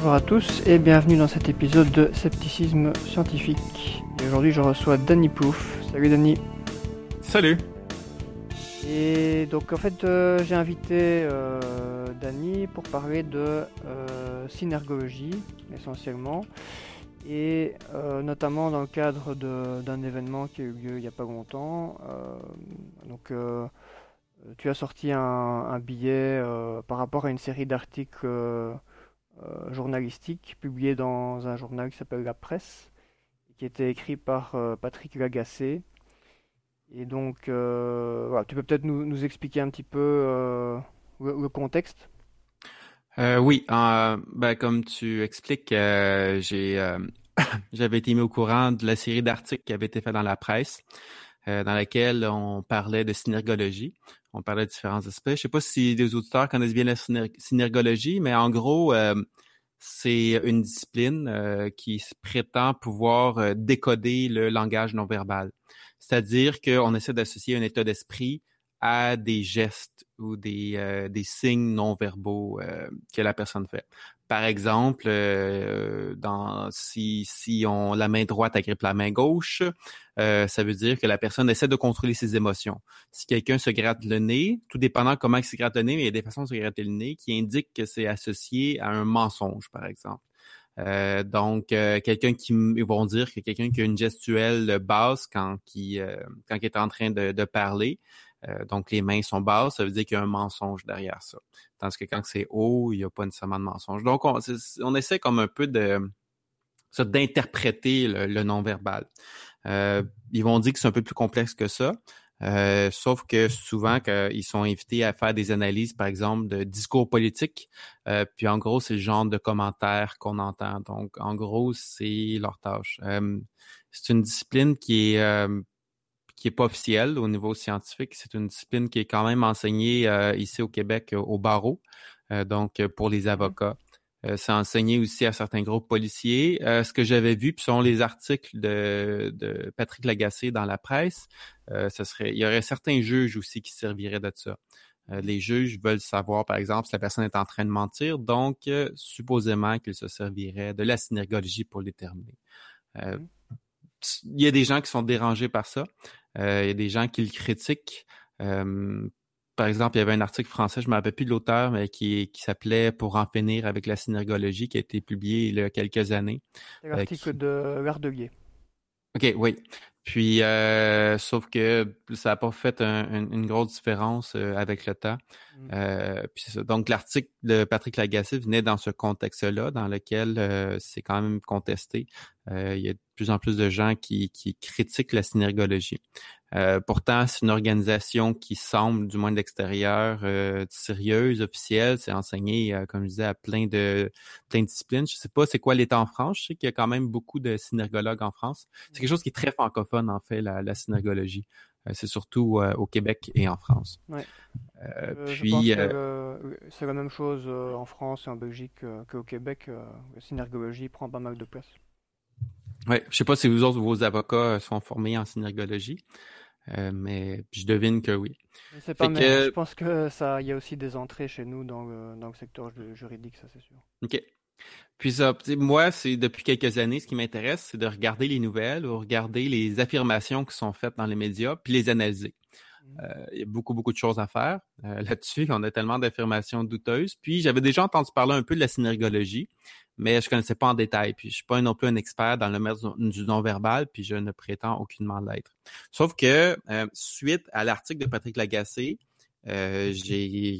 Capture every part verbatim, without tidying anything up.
Bonjour à tous et bienvenue dans cet épisode de Scepticisme Scientifique. Et aujourd'hui je reçois Danny Plouffe. Salut Danny. Salut. Et donc en fait euh, j'ai invité euh, Danny pour parler de euh, synergologie essentiellement. Et euh, notamment dans le cadre de, d'un événement qui a eu lieu il n'y a pas longtemps. Euh, donc euh, tu as sorti un, un billet euh, par rapport à une série d'articles euh, euh, journalistiques publiés dans un journal qui s'appelle La Presse, qui était écrit par euh, Patrick Lagacé. Et donc euh, voilà, tu peux peut-être nous, nous expliquer un petit peu euh, le, le contexte? Euh, oui, euh, ben, comme tu expliques, euh, j'ai euh, j'avais été mis au courant de la série d'articles qui avait été fait dans la presse, euh, dans laquelle on parlait de synergologie. On parlait de différents aspects. Je sais pas si les auditeurs connaissent bien la syner- synergologie, mais en gros, euh, c'est une discipline euh, qui se prétend pouvoir euh, décoder le langage non verbal. C'est-à-dire qu'on essaie d'associer un état d'esprit à des gestes ou des, euh, des signes non verbaux euh, que la personne fait. Par exemple, euh, dans, si, si on la main droite agrippe la main gauche, euh, ça veut dire que la personne essaie de contrôler ses émotions. Si quelqu'un se gratte le nez, tout dépendant comment il se gratte le nez, mais il y a des façons de se gratter le nez qui indiquent que c'est associé à un mensonge, par exemple. Euh, donc, euh, quelqu'un qui ils vont dire que quelqu'un qui a une gestuelle basse quand qui euh, quand il est en train de, de parler, euh, donc les mains sont basses, ça veut dire qu'il y a un mensonge derrière ça. Tandis que quand c'est haut, il n'y a pas nécessairement de mensonge. Donc, on, on essaie comme un peu de ça, d'interpréter le, le non-verbal. Euh, ils vont dire que c'est un peu plus complexe que ça. Euh, sauf que souvent, quand ils sont invités à faire des analyses, par exemple, de discours politiques, euh, puis en gros, c'est le genre de commentaires qu'on entend. Donc, en gros, c'est leur tâche. Euh, c'est une discipline qui est euh, qui est pas officielle au niveau scientifique. C'est une discipline qui est quand même enseignée euh, ici au Québec euh, au barreau, euh, donc pour les avocats. Euh, c'est enseigné aussi à certains groupes policiers. Euh, ce que j'avais vu, puis selon les articles de, de Patrick Lagacé dans la presse, euh, ce serait, il y aurait certains juges aussi qui serviraient de ça. Euh, les juges veulent savoir, par exemple, si la personne est en train de mentir, donc euh, supposément qu'ils se serviraient de la synergologie pour le déterminer. Euh, il y a des gens qui sont dérangés par ça. Euh, il y a des gens qui le critiquent. Euh, par exemple, il y avait un article français, je ne me rappelle plus de l'auteur, mais qui, qui s'appelait Pour en finir avec la synergologie, qui a été publié il y a quelques années. C'est l'article Euh, qui... de Lardelier. OK, oui. Puis, euh, sauf que ça n'a pas fait un, un, une grosse différence euh, avec le temps. Mm. Euh, puis c'est ça. Donc, l'article de Patrick Lagacé venait dans ce contexte-là, dans lequel euh, c'est quand même contesté. Euh, il y a de plus en plus de gens qui, qui critiquent la synergologie. Euh, pourtant, c'est une organisation qui semble, du moins de l'extérieur, euh, sérieuse, officielle. C'est enseigné, euh, comme je disais, à plein de plein de disciplines. Je sais pas c'est quoi l'état en France. Je sais qu'il y a quand même beaucoup de synergologues en France. C'est quelque chose qui est très francophone, en fait, la, la synergologie. Euh, c'est surtout euh, au Québec et en France. Ouais. Euh, Euh, puis, je pense que euh, le- c'est la même chose euh, en France et en Belgique euh, qu'au Québec. Euh, la synergologie prend pas mal de place. ouais, je sais pas si vous autres, vos avocats sont formés en synergologie, euh, mais je devine que oui. Je ne sais pas, Fait mais je que, pense que ça, il y a aussi des entrées chez nous dans le, dans le secteur ju- juridique, ça c'est sûr. OK. Puis ça, tu sais, moi, c'est depuis quelques années, ce qui m'intéresse, c'est de regarder les nouvelles ou regarder les affirmations qui sont faites dans les médias, puis les analyser. Euh, il y a beaucoup, beaucoup de choses à faire euh, là-dessus. On a tellement d'affirmations douteuses. Puis, j'avais déjà entendu parler un peu de la synergologie, mais je connaissais pas en détail. Puis, je suis pas non plus un expert dans le domaine du non-verbal, puis je ne prétends aucunement l'être. Sauf que, euh, suite à l'article de Patrick Lagacé, euh, j'ai,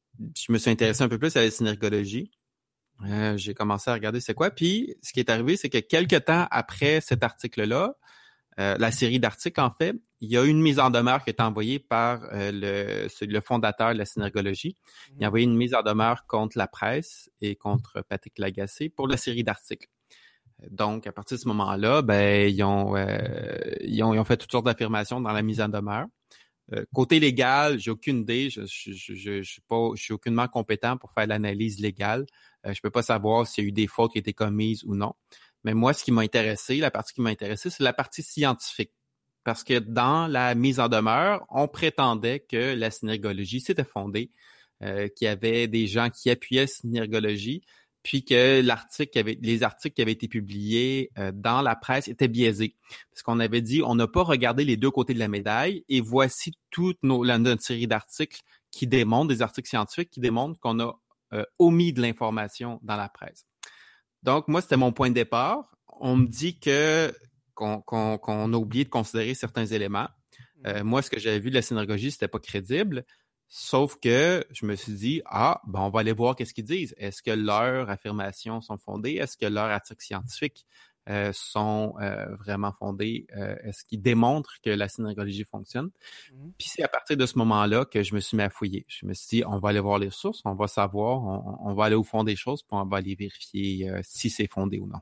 je me suis intéressé un peu plus à la synergologie. Euh, j'ai commencé à regarder c'est quoi. Puis, ce qui est arrivé, c'est que quelques temps après cet article-là, euh, la série d'articles, en fait, il y a une mise en demeure qui est envoyée par euh, le, le fondateur de la synergologie. Il a envoyé une mise en demeure contre la presse et contre Patrick Lagacé pour la série d'articles. Donc, à partir de ce moment-là, ben, ils ont, euh, ils ont, ils ont fait toutes sortes d'affirmations dans la mise en demeure. Euh, côté légal, j'ai aucune idée. Je, je, je, je, je suis pas, je suis aucunement compétent pour faire l'analyse légale. Euh, je peux pas savoir s'il y a eu des fautes qui ont été commises ou non. Mais moi, ce qui m'a intéressé, la partie qui m'a intéressé, c'est la partie scientifique. Parce que dans la mise en demeure, on prétendait que la synergologie s'était fondée, euh, qu'il y avait des gens qui appuyaient la synergologie, puis que l'article qui avait, les articles qui avaient été publiés euh, dans la presse étaient biaisés. Parce qu'on avait dit, on n'a pas regardé les deux côtés de la médaille, et voici toute nos, la, notre série d'articles qui démontrent, des articles scientifiques qui démontrent qu'on a euh, omis de l'information dans la presse. Donc, moi, c'était mon point de départ. On me dit que qu'on, qu'on, qu'on a oublié de considérer certains éléments. Euh, moi, ce que j'avais vu de la synergogie, c'était pas crédible. Sauf que je me suis dit, ah, ben on va aller voir qu'est-ce qu'ils disent. Est-ce que leurs affirmations sont fondées? Est-ce que leurs articles scientifiques euh, sont euh, vraiment fondés? Euh, est-ce qu'ils démontrent que la synergologie fonctionne? Mm-hmm. Puis c'est à partir de ce moment-là que je me suis mis à fouiller. Je me suis dit, on va aller voir les sources, on va savoir, on, on va aller au fond des choses, puis on va aller vérifier euh, si c'est fondé ou non.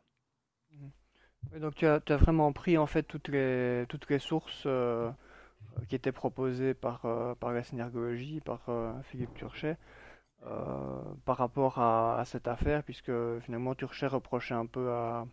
Mm-hmm. Donc tu as, tu as vraiment pris en fait toutes les, toutes les sources euh... qui était proposé par, euh, par la synergologie, par euh, Philippe Turchet, euh, par rapport à, à cette affaire, puisque finalement Turchet reprochait un peu à,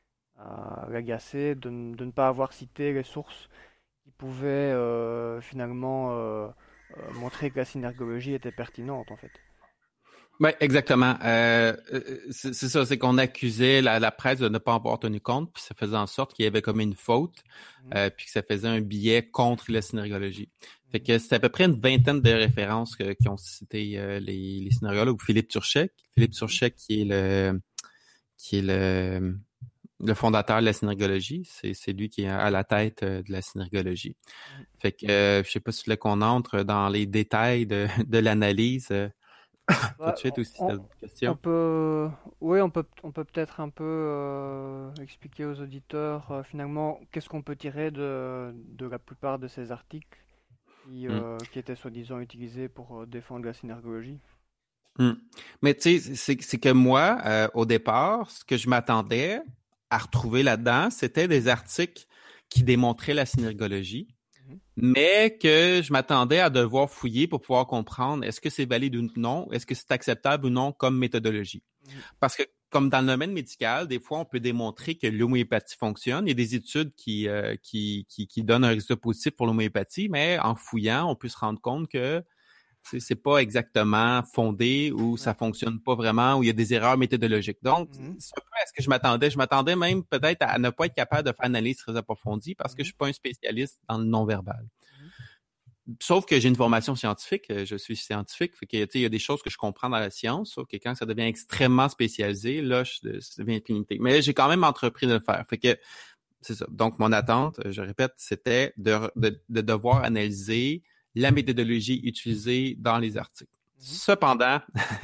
à l'Agacé de, de ne pas avoir cité les sources qui pouvaient euh, finalement euh, euh, montrer que la synergologie était pertinente en fait. Oui, exactement. Euh, c'est, c'est ça, c'est qu'on accusait la, la presse de ne pas en avoir tenu compte, puis ça faisait en sorte qu'il y avait comme une faute, mmh. euh, puis que ça faisait un biais contre la synergologie. Mmh. Fait que c'est à peu près une vingtaine de références que, qui ont cité euh, les, les synergologues, ou Philippe Turchet, Philippe Turchet qui est le qui est le, le fondateur de la synergologie, c'est, c'est lui qui est à la tête de la synergologie. Mmh. Fait que euh, je sais pas si tu voulais qu'on entre dans les détails de, de l'analyse. Euh, Bah, tout de suite aussi on, cette question. On peut, oui, on peut, on peut peut-être un peu euh, expliquer aux auditeurs euh, finalement qu'est-ce qu'on peut tirer de, de la plupart de ces articles qui, euh, mm. qui étaient soi-disant utilisés pour euh, défendre la synergologie. Mm. Mais tu sais, c'est, c'est que moi, euh, au départ, ce que je m'attendais à retrouver là-dedans, c'était des articles qui démontraient la synergologie, mais que je m'attendais à devoir fouiller pour pouvoir comprendre est-ce que c'est valide ou non, est-ce que c'est acceptable ou non comme méthodologie. Mmh. Parce que comme dans le domaine médical, des fois, on peut démontrer que l'homéopathie fonctionne. Il y a des études qui, euh, qui, qui, qui donnent un résultat positif pour l'homéopathie, mais en fouillant, on peut se rendre compte que c'est, c'est pas exactement fondé ou ça fonctionne pas vraiment ou il y a des erreurs méthodologiques. Donc, mm-hmm. c'est un peu à ce que je m'attendais. Je m'attendais même peut-être à ne pas être capable de faire une analyse très approfondie parce mm-hmm. que je suis pas un spécialiste dans le non-verbal. Mm-hmm. Sauf que j'ai une formation scientifique, je suis scientifique, fait que, tu sais, il y a des choses que je comprends dans la science, sauf que quand ça devient extrêmement spécialisé, là, je, ça devient limité. Mais j'ai quand même entrepris de le faire. Fait que, c'est ça. Donc, mon attente, je répète, c'était de, de, de devoir analyser la méthodologie utilisée dans les articles. Mmh. Cependant,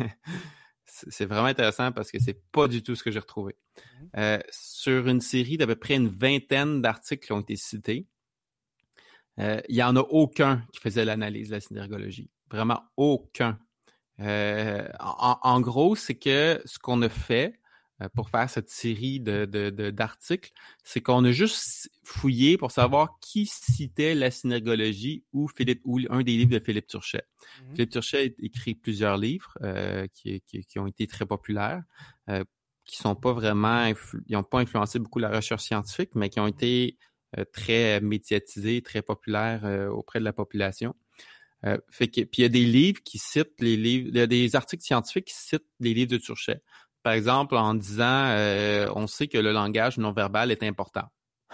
c'est vraiment intéressant parce que c'est pas du tout ce que j'ai retrouvé. Mmh. Euh, sur une série d'à peu près une vingtaine d'articles qui ont été cités, euh, il y en a aucun qui faisait l'analyse de la synergologie. Vraiment aucun. Euh, en, en gros, c'est que ce qu'on a fait pour faire cette série de, de, de, d'articles, c'est qu'on a juste fouillé pour savoir qui citait la synergologie ou, Philippe, ou un des livres de Philippe Turchet. Mm-hmm. Philippe Turchet a écrit plusieurs livres euh, qui, qui, qui ont été très populaires, euh, qui sont pas vraiment, influ- ils n'ont pas influencé beaucoup la recherche scientifique, mais qui ont été euh, très médiatisés, très populaires euh, auprès de la population. Euh, fait que, puis il y a des livres qui citent les livres, il y a des articles scientifiques qui citent les livres de Turchet. Par exemple, en disant, euh, on sait que le langage non-verbal est important.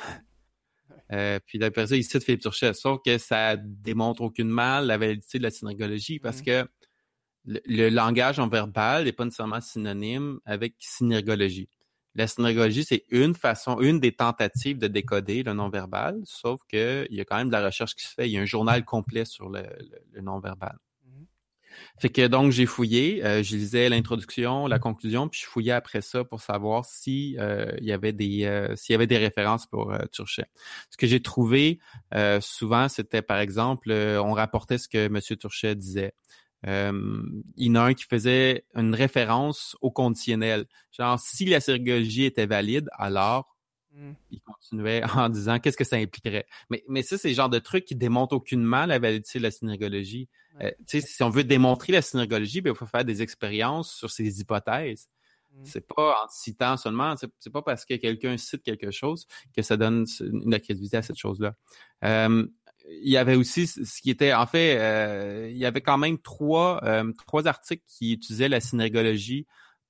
euh, puis d'après ça, il cite Philippe Turchet, sauf que ça démontre aucunement la validité de la synergologie parce mmh. que le, le langage non-verbal n'est pas nécessairement synonyme avec synergologie. La synergologie, c'est une façon, une des tentatives de décoder le non-verbal, sauf qu'il y a quand même de la recherche qui se fait. Il y a un journal complet sur le, le, le non-verbal. Fait que donc j'ai fouillé, euh, je lisais l'introduction, la conclusion, puis je fouillais après ça pour savoir si euh, il y avait des euh, s'il y avait des références pour euh, Turchet. Ce que j'ai trouvé euh, souvent, c'était par exemple, euh, on rapportait ce que M. Turchet disait. Euh, il y en a un qui faisait une référence au conditionnel. Genre, si la synergologie était valide, alors Mm. il continuait en disant qu'est-ce que ça impliquerait. Mais, mais ça, c'est le genre de truc qui démontre aucunement la validité de la synergologie. Ouais. Euh, tu sais, si on veut démontrer la synergologie, ben, il faut faire des expériences sur ces hypothèses. Mm. C'est pas en citant seulement, c'est, c'est pas parce que quelqu'un cite quelque chose que ça donne une crédibilité à cette chose-là. Euh, il y avait aussi ce qui était, en fait, euh, il y avait quand même trois, euh, trois articles qui utilisaient la synergologie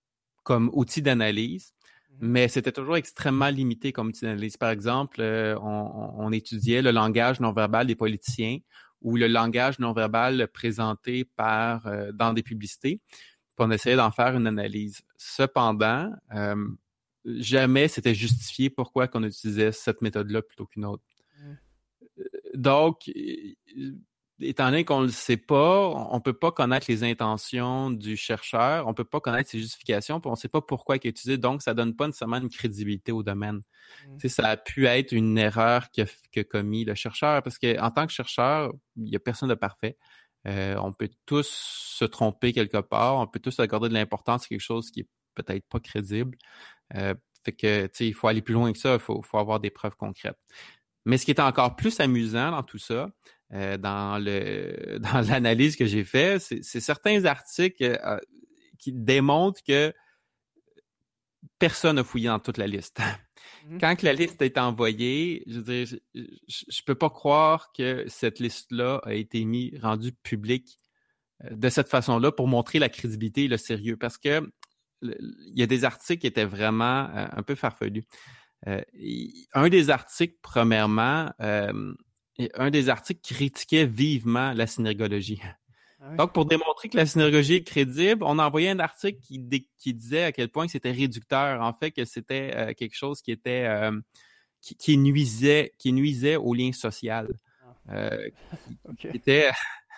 comme outil d'analyse, mais c'était toujours extrêmement limité comme outil d'analyse. Par exemple, euh, on, on étudiait le langage non-verbal des politiciens ou le langage non-verbal présenté par euh, dans des publicités, puis on essayait d'en faire une analyse. Cependant, euh, jamais c'était justifié pourquoi qu'on utilisait cette méthode-là plutôt qu'une autre. Mmh. Donc, étant donné qu'on ne le sait pas, on ne peut pas connaître les intentions du chercheur, on ne peut pas connaître ses justifications, puis on ne sait pas pourquoi il est utilisé, donc ça ne donne pas nécessairement une crédibilité au domaine. Mmh. Tu sais, ça a pu être une erreur qu'a, qu'a commis le chercheur, parce qu'en tant que chercheur, il n'y a personne de parfait. Euh, on peut tous se tromper quelque part, on peut tous accorder de l'importance à quelque chose qui est peut-être pas crédible. Euh, fait que, tu sais, il faut aller plus loin que ça, il faut, faut avoir des preuves concrètes. Mais ce qui est encore plus amusant dans tout ça, euh, dans le dans l'analyse que j'ai faite, c'est, c'est certains articles euh, qui démontrent que personne n'a fouillé dans toute la liste. Mmh. Quand que la liste est envoyée, je veux dire, je, je, je peux pas croire que cette liste-là a été mise, rendue publique euh, de cette façon-là pour montrer la crédibilité et le sérieux. Parce que il y a des articles qui étaient vraiment euh, un peu farfelus. Euh, un des articles, premièrement, euh, un des articles critiquait vivement la synergologie. Ah oui. Donc, pour démontrer que la synergologie est crédible, on a envoyé un article qui, dé, qui disait à quel point c'était réducteur, en fait, que c'était euh, quelque chose qui était euh, qui, qui nuisait, qui nuisait au lien social. Euh, okay. Qui était,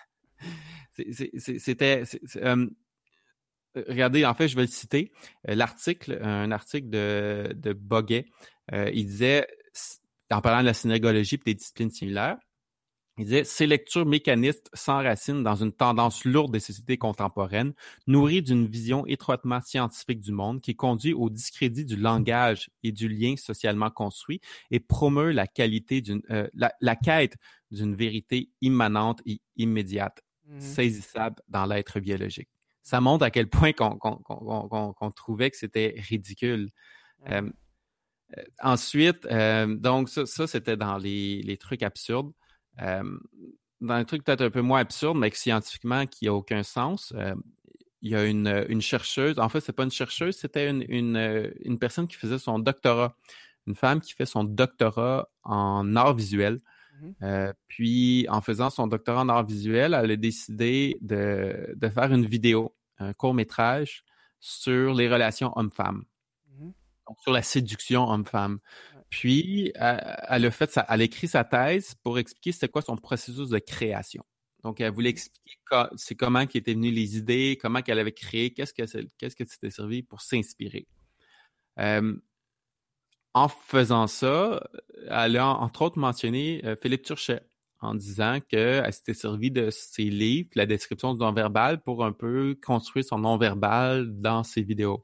c'est, c'est, c'était, c'est, c'est, euh, regardez, en fait, je vais le citer. Euh, l'article, un article de, de Boguet, euh, il disait, en parlant de la synergologie et des disciplines similaires, il disait « Ces lectures mécanistes s'enracinent dans une tendance lourde des sociétés contemporaines, nourrie d'une vision étroitement scientifique du monde qui conduit au discrédit du langage et du lien socialement construit et promeut la qualité d'une, euh, la, la quête d'une vérité immanente et immédiate, mmh. saisissable dans l'être biologique. » Ça montre à quel point qu'on, qu'on, qu'on, qu'on, qu'on trouvait que c'était ridicule. Mmh. Euh, euh, ensuite, euh, donc ça, ça, c'était dans les, les trucs absurdes. Euh, dans un truc peut-être un peu moins absurde, mais que scientifiquement qui n'a aucun sens, euh, il y a une, une chercheuse, en fait, c'est pas une chercheuse, c'était une, une, une personne qui faisait son doctorat, une femme qui fait son doctorat en art visuel. Mm-hmm. Euh, puis, en faisant son doctorat en art visuel, elle a décidé de, de faire une vidéo, un court-métrage sur les relations hommes-femmes. Mm-hmm. Donc, sur la séduction homme-femme. Puis, elle a fait sa, elle a écrit sa thèse pour expliquer c'était quoi son processus de création. Donc, elle voulait expliquer c'est comment qui étaient venues les idées, comment qu'elle avait créé, qu'est-ce que c'est, qu'est-ce que c'était servi pour s'inspirer. Euh, en faisant ça, elle a entre autres mentionné euh, Philippe Turchet en disant qu'elle s'était servie de ses livres, la description du non-verbal pour un peu construire son non-verbal dans ses vidéos.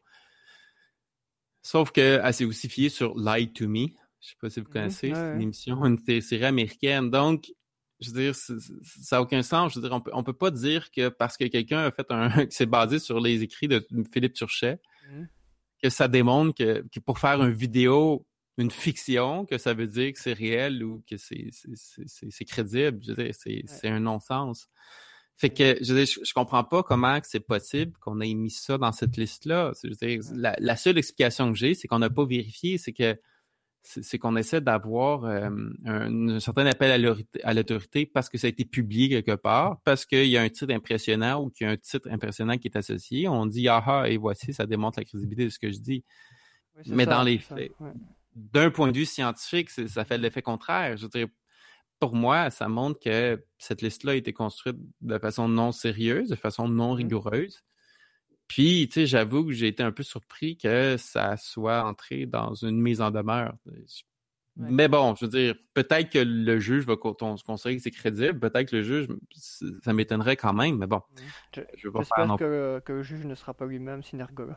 Sauf qu'elle s'est aussi fiée sur Lie to Me. Je ne sais pas si vous connaissez, mmh, ouais, c'est une émission, une série américaine. Donc, je veux dire, c'est, c'est, ça n'a aucun sens. Je veux dire, on peut, on peut pas dire que parce que quelqu'un a fait un, qui s'est basé sur les écrits de Philippe Turchet, mmh. que ça démontre que, que pour faire une vidéo, une fiction, que ça veut dire que c'est réel ou que c'est, c'est, c'est, c'est, c'est crédible. Je veux dire, c'est, ouais. c'est un non-sens. Fait que, je veux dire, je, je comprends pas comment que c'est possible qu'on ait mis ça dans cette liste-là. Je veux dire, la, la seule explication que j'ai, c'est qu'on n'a pas vérifié, c'est que c'est, c'est qu'on essaie d'avoir euh, un, un certain appel à l'autorité, à l'autorité parce que ça a été publié quelque part, parce qu'il y a un titre impressionnant ou qu'il y a un titre impressionnant qui est associé. On dit « Ah ah, et voici, ça démontre la crédibilité de ce que je dis. Oui, » Mais ça, dans les faits, ouais. d'un point de vue scientifique, c'est, ça fait l'effet contraire. Je veux dire, pour moi, ça montre que cette liste-là a été construite de façon non sérieuse, de façon non rigoureuse. Puis, tu sais, j'avoue que j'ai été un peu surpris que ça soit entré dans une mise en demeure. Ouais. Mais bon, je veux dire, peut-être que le juge va considérer que c'est crédible, peut-être que le juge, ça m'étonnerait quand même, mais bon. Je, je veux pas J'espère faire non... que, que le juge ne sera pas lui-même synergologue.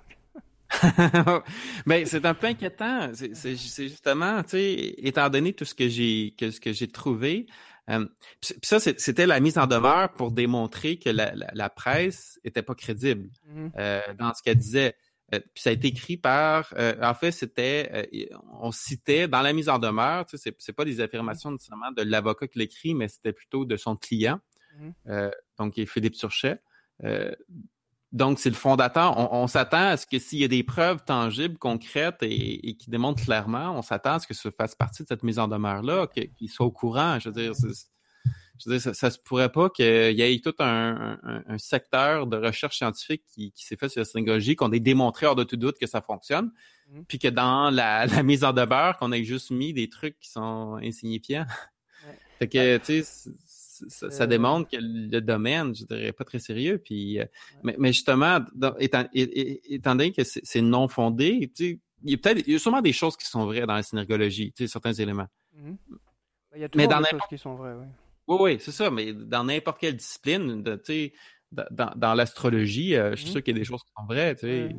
Ben, c'est un peu inquiétant. C'est, c'est, c'est justement, tu sais, étant donné tout ce que j'ai, que, ce que j'ai trouvé, euh, puis ça, c'est, c'était la mise en demeure pour démontrer que la, la, la presse était pas crédible mm-hmm. euh, dans ce qu'elle disait. Euh, puis ça a été écrit par, euh, en fait, c'était, euh, on citait dans la mise en demeure, tu sais, c'est, c'est pas des affirmations nécessairement de l'avocat qui l'écrit, mais c'était plutôt de son client, mm-hmm. euh, donc Philippe Turchet. Euh, donc, c'est le fondateur. On, on s'attend à ce que s'il y a des preuves tangibles, concrètes et, et qui démontrent clairement, on s'attend à ce que ça fasse partie de cette mise en demeure-là, que, qu'il soit au courant. Je veux dire, c'est, je veux dire ça, ça se pourrait pas qu'il y ait tout un, un, un secteur de recherche scientifique qui, qui s'est fait sur la synergologie, qu'on ait démontré hors de tout doute que ça fonctionne, mm-hmm. puis que dans la, la mise en demeure, qu'on ait juste mis des trucs qui sont insignifiants. Ouais. Fait que, tu sais... Ça, ça démontre que le domaine, je dirais, pas très sérieux. Puis, euh, ouais. mais, mais justement, dans, étant, étant donné que c'est, c'est non fondé, tu sais, il y a peut-être, il y a sûrement des choses qui sont vraies dans la synergologie, tu sais, certains éléments. Mm-hmm. Il y a toujours mais dans des choses qui sont vraies, oui. Oui, oui, c'est ça. Mais dans n'importe quelle discipline, tu sais, dans, dans l'astrologie, euh, mm-hmm. je suis sûr qu'il y a des choses qui sont vraies, tu sais. Ouais.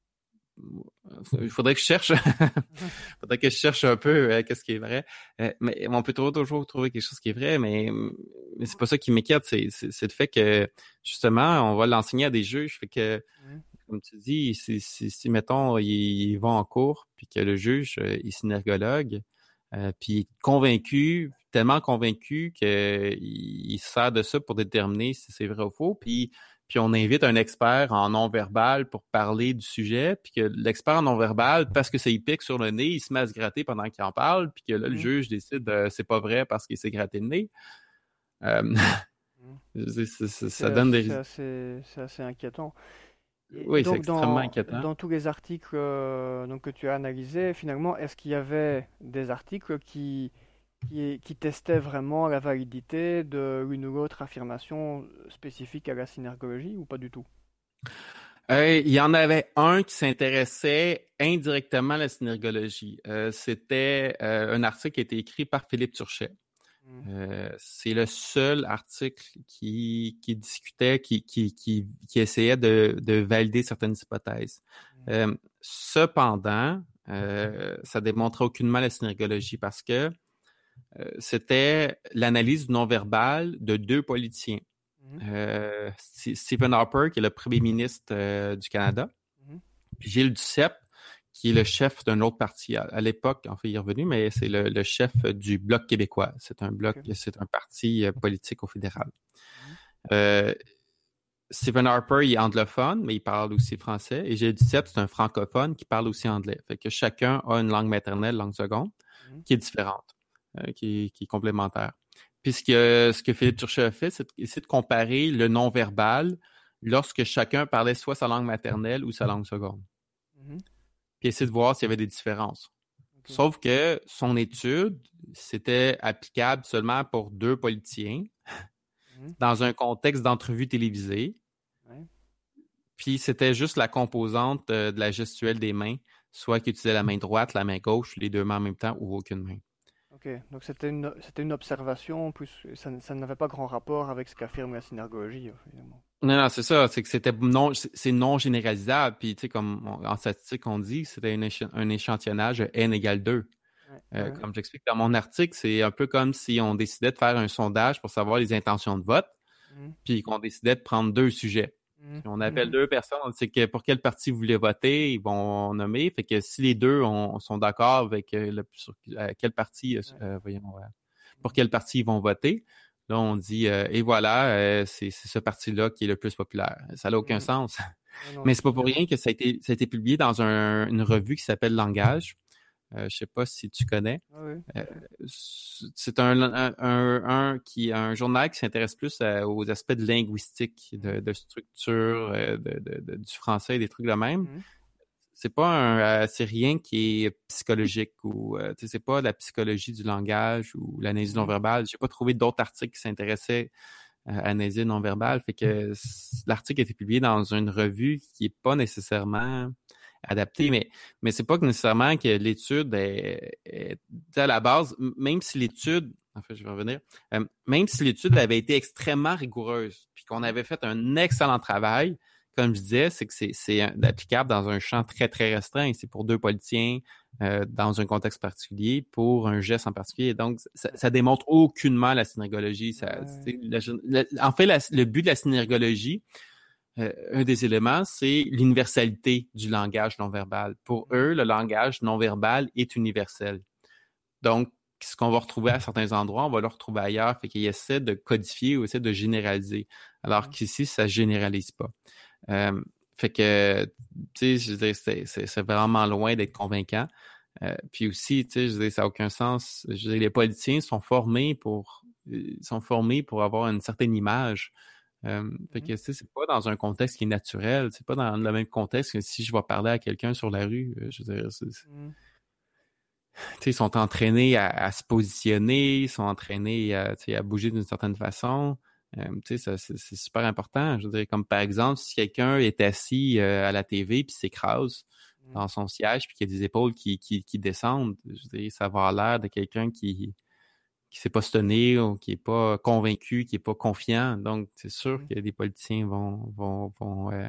Il faudrait que je cherche. Il faudrait que je cherche un peu euh, qu'est-ce qui est vrai. Euh, mais on peut toujours, toujours trouver quelque chose qui est vrai, mais, mais c'est pas ça qui m'inquiète. C'est, c'est, c'est le fait que, justement, on va l'enseigner à des juges. Fait que, mm. comme tu dis, si, si, si mettons, ils, ils vont en cours, puis que le juge euh, est synergologue, euh, puis il est convaincu, tellement convaincu qu'il il sert de ça pour déterminer si c'est vrai ou faux. Puis Puis on invite un expert en non-verbal pour parler du sujet, puis que l'expert en non-verbal, parce que ça y pique sur le nez, il se met à se gratter pendant qu'il en parle, puis que là, mmh. le juge décide euh, c'est pas vrai parce qu'il s'est gratté le nez. Euh, mmh. c'est, c'est, c'est, ça donne des... C'est assez, c'est assez inquiétant. Et oui, donc, c'est extrêmement dans, inquiétant. Dans tous les articles euh, donc, que tu as analysés, finalement, est-ce qu'il y avait des articles qui... Qui, qui testait vraiment la validité de l'une ou l'autre affirmation spécifique à la synergologie ou pas du tout? Euh, il y en avait un qui s'intéressait indirectement à la synergologie. Euh, c'était euh, un article qui a été écrit par Philippe Turchet. Mmh. Euh, c'est le seul article qui, qui discutait, qui, qui, qui, qui essayait de, de valider certaines hypothèses. Mmh. Euh, cependant, euh, ça démontrait aucunement la synergologie parce que Euh, c'était l'analyse du non-verbal de deux politiciens. Mm-hmm. Euh, Stephen Harper, qui est le premier ministre euh, du Canada, mm-hmm. puis Gilles Duceppe, qui est le chef d'un autre parti. À, à l'époque, en fait, il est revenu, mais c'est le, le chef du Bloc québécois. C'est un bloc, okay. c'est un parti euh, politique au fédéral. Mm-hmm. Euh, Stephen Harper, il est anglophone, mais il parle aussi français. Et Gilles Duceppe, c'est un francophone qui parle aussi anglais. Fait que chacun a une langue maternelle, langue seconde, mm-hmm. qui est différente. Euh, qui, qui est complémentaire. Puis ce que, ce que Philippe Turchet a fait, c'est d'essayer de comparer le non-verbal lorsque chacun parlait soit sa langue maternelle ou sa langue seconde. Mm-hmm. Puis essayer de voir s'il y avait des différences. Okay. Sauf que son étude, c'était applicable seulement pour deux politiciens mm-hmm. dans un contexte d'entrevue télévisée. Ouais. Puis c'était juste la composante euh, de la gestuelle des mains, soit qui utilisait la main droite, la main gauche, les deux mains en même temps ou aucune main. Ok, donc c'était une, c'était une observation, plus ça, ça n'avait pas grand rapport avec ce qu'affirme la synergologie, finalement. Non, non, c'est ça, c'est que c'était non, c'est non généralisable, puis tu sais, comme on, en statistique, on dit, c'était une éche- un échantillonnage N égale deux. Ouais, euh, ouais. Comme j'explique dans mon article, c'est un peu comme si on décidait de faire un sondage pour savoir les intentions de vote, mm. puis qu'on décidait de prendre deux sujets. Mm. On appelle mm. deux personnes, on dit que pour quel parti vous voulez voter, ils vont nommer. Fait que si les deux on, sont d'accord avec euh, le, sur euh, quel parti, euh, ouais. voyons, euh, pour quel parti ils vont voter, là on dit euh, et voilà, euh, c'est, c'est ce parti-là qui est le plus populaire. Ça n'a aucun mm. sens. Non, mais c'est pas pour rien que ça a été, ça a été publié dans un, une revue qui s'appelle Langage. Euh, je sais pas si tu connais. Ah oui. euh, c'est un, un, un, un, qui, un journal qui s'intéresse plus à, aux aspects de linguistique, de, de structure, de, de, de, du français, des trucs de même. Mm-hmm. C'est pas un, euh, c'est rien qui est psychologique ou euh, c'est pas la psychologie du langage ou l'analyse mm-hmm. non-verbale. J'ai pas trouvé d'autres articles qui s'intéressaient à l'analyse non-verbale. Fait que l'article a été publié dans une revue qui est pas nécessairement adapté, mais mais c'est pas que nécessairement que l'étude est, est à la base, même si l'étude, en fait, je vais revenir, euh, même si l'étude avait été extrêmement rigoureuse, puis qu'on avait fait un excellent travail, comme je disais, c'est que c'est, c'est applicable dans un champ très, très restreint. C'est pour deux politiciens, euh, dans un contexte particulier, pour un geste en particulier. Donc, ça, ça démontre aucunement la synergologie. Ça, ouais. la, la, en fait, la, le but de la synergologie, Euh, un des éléments, c'est l'universalité du langage non-verbal. Pour eux, le langage non-verbal est universel. Donc, ce qu'on va retrouver à certains endroits, on va le retrouver ailleurs. Fait qu'ils essaient de codifier ou essaient de généraliser. Alors qu'ici, ça ne généralise pas. Euh, fait que, tu sais, je veux dire, c'est, c'est, c'est vraiment loin d'être convaincant. Euh, puis aussi, tu sais, je veux dire, ça n'a aucun sens. Je veux dire, les politiciens sont formés pour, ils sont formés pour avoir une certaine image. Euh, fait Mhm. que, tu sais, c'est pas dans un contexte qui est naturel. C'est pas dans le même contexte que si je vais parler à quelqu'un sur la rue. euh, Je veux dire, c'est- c'est- Mhm. tu sais, ils sont entraînés à, à se positionner, ils sont entraînés à, tu sais, à bouger d'une certaine façon. Euh, tu sais, ça, c'est, c'est super important. Je veux dire, comme par exemple, si quelqu'un est assis euh, à la T V puis s'écrase Mhm. dans son siège puis qu'il y a des épaules qui, qui, qui descendent, je veux dire, ça va avoir l'air de quelqu'un qui qui sait pas se tenir ou qui est pas convaincu, qui est pas confiant. Donc, c'est sûr Mhm. que des politiciens vont vont vont, euh,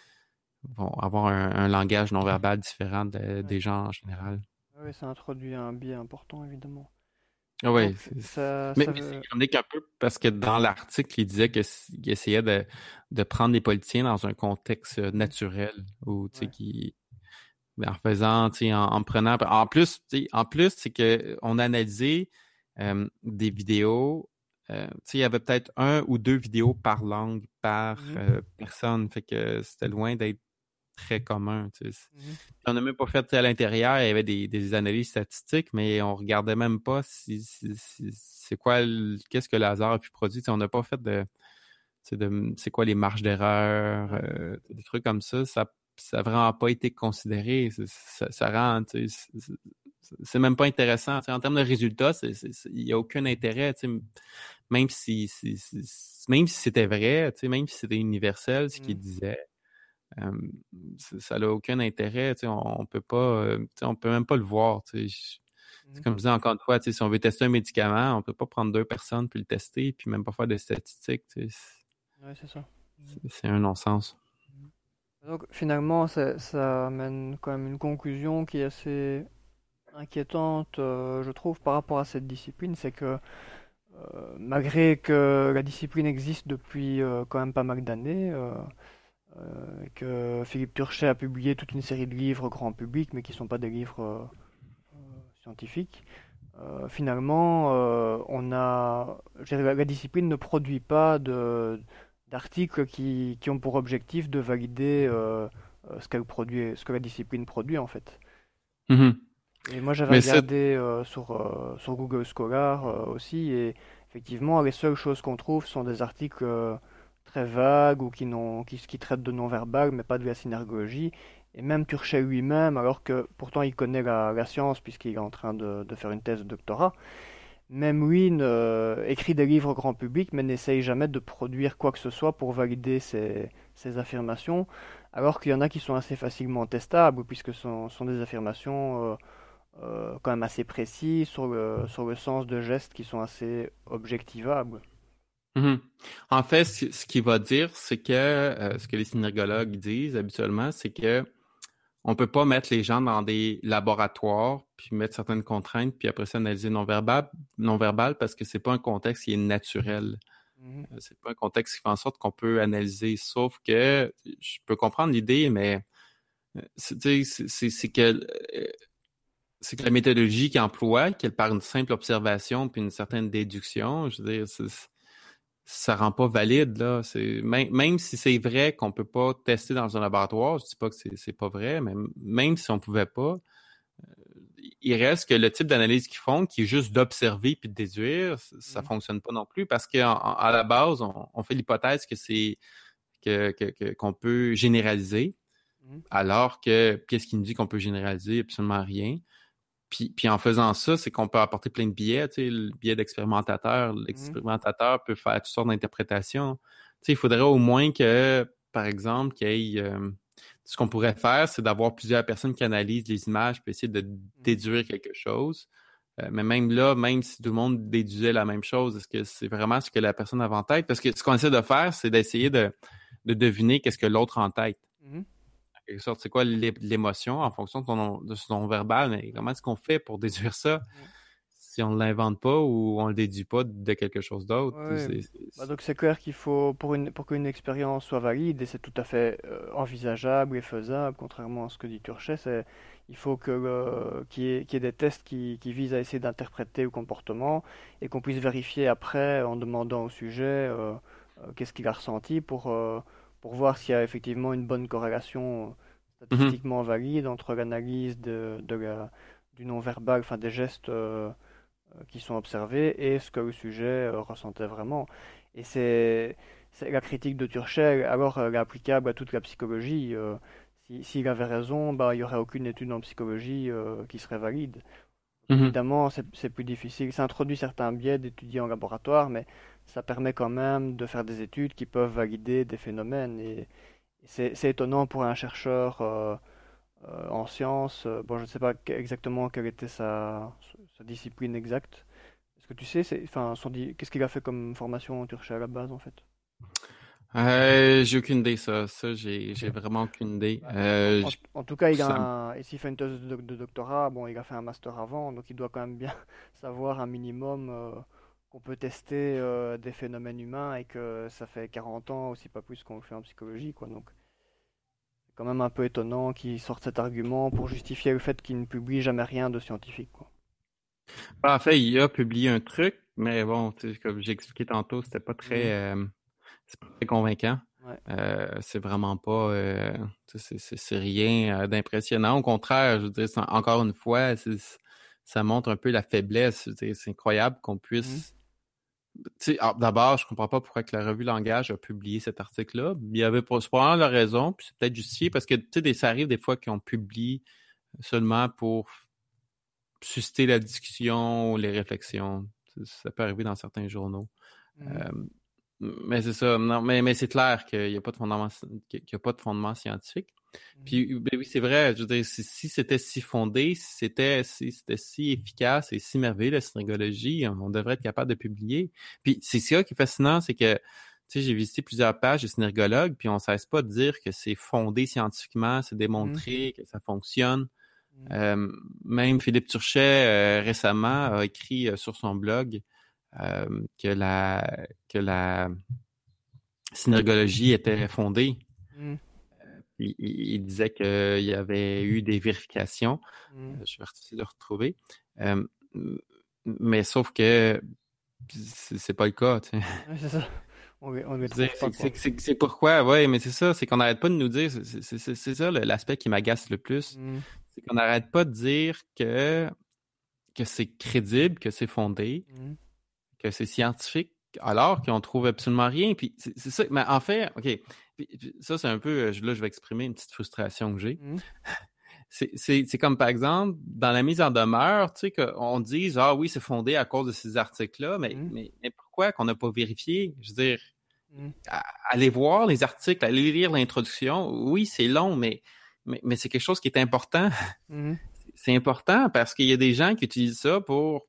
vont avoir un, un langage non verbal différent de- Ouais. des gens en général. Ouais, ça introduit un biais important, évidemment. Ah ouais, Donc, c'est- c'est- ça, mais, ça mais c'est veut... ironique un peu parce que dans l'article, il disait que s- il essayait de, de prendre les politiciens dans un contexte euh, Mhm. naturel ou tu sais Ouais. qui ben, en faisant, tu sais, en, en prenant, en plus, tu sais, en plus, c'est que on a analysé euh, des vidéos. Euh, tu sais, il y avait peut-être un ou deux vidéos par langue, par Mhm. euh, personne, fait que c'était loin d'être très commun. Tu sais. Mhm. On n'a même pas fait tu sais, à l'intérieur, il y avait des, des analyses statistiques, mais on regardait même pas si, si- si- c'est quoi, le- qu'est-ce que le hasard a pu produire. Tu sais, on n'a pas fait de, tu sais, de, c'est quoi les marges d'erreur, Ouais. euh, des trucs comme ça. Ça ça n'a vraiment pas été considéré. C'est- Ça, ça rend, tu sais, c'est c'est- c'est même pas intéressant. Tu sais, en termes de résultats, c'est, c'est- c'est- il n'y a aucun intérêt. Tu sais, même si, si, si- si- même si c'était vrai, tu sais, même si c'était universel ce qu'il Mhm. disait, euh, c'est- ça n'a aucun intérêt. Tu sais, on, on peut pas, euh, tu sais, on peut même pas le voir. Tu sais. Je- C'est Mhm. comme je disais encore une fois, tu sais, si on veut tester un médicament, on peut pas prendre deux personnes puis le tester puis même pas faire de statistiques. Tu sais. Ouais, c'est ça. Mhm. C'est c'est un non-sens. Mhm. Donc, finalement, ça, ça amène quand même une conclusion qui est assez inquiétante, euh, je trouve, par rapport à cette discipline. C'est que, euh, malgré que la discipline existe depuis euh, quand même pas mal d'années, euh, euh, que Philippe Turchet a publié toute une série de livres grand public, mais qui ne sont pas des livres euh, euh, scientifiques. Euh, finalement, euh, on a, je dirais, la, la discipline ne produit pas de, d'articles qui, qui ont pour objectif de valider euh, euh, ce qu'elle produit, ce que la discipline produit en fait. Mhm. Et moi, j'avais Mais ça, regardé euh, sur, euh, sur Google Scholar euh, aussi, et effectivement, les seules choses qu'on trouve sont des articles euh, très vagues ou qui, n'ont, qui, qui traitent de non-verbal, mais pas de la synergologie. Et même Turchet lui-même, alors que pourtant il connaît la, la science puisqu'il est en train de, de faire une thèse de doctorat, même lui ne- écrit des livres grand public, mais n'essaye jamais de produire quoi que ce soit pour valider ses, ses affirmations, alors qu'il y en a qui sont assez facilement testables, puisque ce sont, sont des affirmations euh, euh, quand même assez précises sur le, sur le sens de gestes qui sont assez objectivables. mhm. En fait, ce, ce qu'il va dire, c'est que euh, ce que les synergologues disent habituellement, c'est que on peut pas mettre les gens dans des laboratoires puis mettre certaines contraintes puis après ça analyser non-verbal, non-verbal parce que c'est pas un contexte qui est naturel. Mhm, Euh, C'est pas un contexte qui fait en sorte qu'on peut analyser. Sauf que je peux comprendre l'idée, mais euh, c'est tu sais, c'est- c'est- c'est que euh, c'est que la méthodologie qu'il emploie, qu'elle par une simple observation puis une certaine déduction, je veux dire, c'est- ça rend pas valide là. C'est même, même si c'est vrai qu'on peut pas tester dans un laboratoire, je dis pas que c'est c'est pas vrai, mais m- même si on pouvait pas, il reste que le type d'analyse qu'ils font, qui est juste d'observer puis de déduire, c- ça mhm, fonctionne pas non plus parce qu'à la base, on, on fait l'hypothèse que c'est que, que- que- qu'on peut généraliser, mhm, alors que qu'est-ce qui nous dit qu'on peut généraliser? Absolument rien. Puis, puis en faisant ça, c'est qu'on peut apporter plein de biais, tu sais, le biais d'expérimentateur. mhm, L'expérimentateur peut faire toutes sortes d'interprétations. Tu sais, il faudrait au moins que, par exemple, qu'il y ait, euh, ce qu'on pourrait faire, c'est d'avoir plusieurs personnes qui analysent les images puis essayer de mhm, déduire quelque chose. Euh, mais même là, même si tout le monde déduisait la même chose, est-ce que c'est vraiment ce que la personne avait en tête? Parce que ce qu'on essaie de faire, c'est d'essayer de, de deviner qu'est-ce que l'autre a en tête. mhm. En quelque sorte, c'est quoi l'é- l'émotion en fonction de ton, de son verbal, mais Ouais, comment est-ce qu'on fait pour déduire ça ouais. si on ne l'invente pas ou on le déduit pas de quelque chose d'autre? Ouais, C'est- c'est- bah c'est- donc c'est clair qu'il faut, pour une, pour qu'une expérience soit valide, et c'est tout à fait euh, envisageable et faisable, contrairement à ce que dit Turchet, c'est, il faut que, le- qu'il y ait, qu'il y ait des tests qui, qui visent à essayer d'interpréter le comportement et qu'on puisse vérifier après en demandant au sujet euh, euh, qu'est-ce qu'il a ressenti pour, euh, pour voir s'il y a effectivement une bonne corrélation Mhm. statistiquement valide entre l'analyse de, de la- du non-verbal, enfin des gestes euh, euh, qui sont observés et ce que le sujet euh, ressentait vraiment. Et c'est c'est la critique de Turchel, alors elle est applicable à toute la psychologie. Euh, si, s'il avait raison, bah, il n'y aurait aucune étude en psychologie euh, qui serait valide. Donc, Mhm. évidemment, c'est c'est plus difficile. Ça introduit certains biais d'étudier en laboratoire, mais ça permet quand même de faire des études qui peuvent valider des phénomènes. Et c'est c'est étonnant pour un chercheur euh, euh, en sciences. euh, Bon, je ne sais pas que- exactement quelle était sa, sa discipline exacte. Est-ce que tu sais, c'est, enfin, son di- qu'est-ce qu'il a fait comme formation Turchia à la base en fait? Euh, j'ai aucune idée, ça. Ça, j'ai, j'ai vraiment aucune idée. Bah, en, Euh, en- je- en tout cas, il a ça, me- un, et s'il fait une thèse de, de doctorat, bon, il a fait un master avant, donc il doit quand même bien savoir un minimum euh, qu'on peut tester euh, des phénomènes humains et que ça fait quarante ans, aussi pas plus qu'on le fait en psychologie, quoi. Donc, c'est quand même un peu étonnant qu'il sorte cet argument pour justifier le fait qu'il ne publie jamais rien de scientifique, quoi. en fait, il a publié un truc, mais bon, tu sais, comme j'ai expliqué tantôt, c'était pas Mhm. très, euh, c'est pas très convaincant. Ouais. Euh, c'est vraiment pas, euh, tu sais, c'est c'est- c'est rien euh, d'impressionnant. Au contraire, je veux dire, c'est- encore une fois, c'est- ça montre un peu la faiblesse. Je veux dire, c'est incroyable qu'on Mhm. puisse. Tu sais, alors, d'abord, je comprends pas pourquoi que la revue Langage a publié cet article-là. Il y avait pas- c'est probablement la raison, puis c'est peut-être justifié parce que tu sais, des- ça arrive des fois qu'on publie seulement pour susciter la discussion ou les réflexions. Ça ça peut arriver dans certains journaux. Mhm. Euh, mais c'est ça. Non, mais, mais c'est clair qu'il n'y a pas de fondement, qu'il y a pas de fondement scientifique. Mhm. Puis ben oui, c'est vrai. Je veux dire, si, si c'était si fondé, si c'était si c'était si efficace et si merveilleux la synergologie, on devrait être capable de publier. Puis c'est ça qui est fascinant, c'est que tu sais, j'ai visité plusieurs pages de synergologues, puis on ne cesse pas de dire que c'est fondé scientifiquement, c'est Mhm. démontré, que ça fonctionne. Mhm. Euh, même Philippe Turchet euh, récemment a écrit euh, sur son blog euh, que la que la synergologie était fondée. Mhm. Il, il- il disait qu'il y avait eu des vérifications. Mhm. Euh, je vais essayer de retrouver. Euh, mais sauf que c'est c'est pas le cas. Tu sais. Ouais, c'est ça. On ne les Je veux dire, trouve pas, C'est quoi. c'est- c'est- c'est pourquoi, ouais, mais c'est ça, c'est qu'on n'arrête pas de nous dire, c'est c'est- c'est- c'est ça le- l'aspect qui m'agace le plus, Mhm. c'est qu'on n'arrête pas de dire que, que c'est crédible, que c'est fondé, Mhm. que c'est scientifique, alors qu'on trouve absolument rien. Puis c'est c'est ça. Mais en fait, OK. Puis- puis ça, c'est un peu. euh, Là, je vais exprimer une petite frustration que j'ai. Mhm. C'est c'est- c'est comme, par exemple, dans la mise en demeure, tu sais, qu'on dise, ah oui, c'est fondé à cause de ces articles-là, mais, Mhm. mais, mais pourquoi qu'on n'a pas vérifié? Je veux dire, Mhm. à- allez voir les articles, allez lire l'introduction. Oui, c'est long, mais, mais, mais c'est quelque chose qui est important. Mhm. C'est important parce qu'il y a des gens qui utilisent ça pour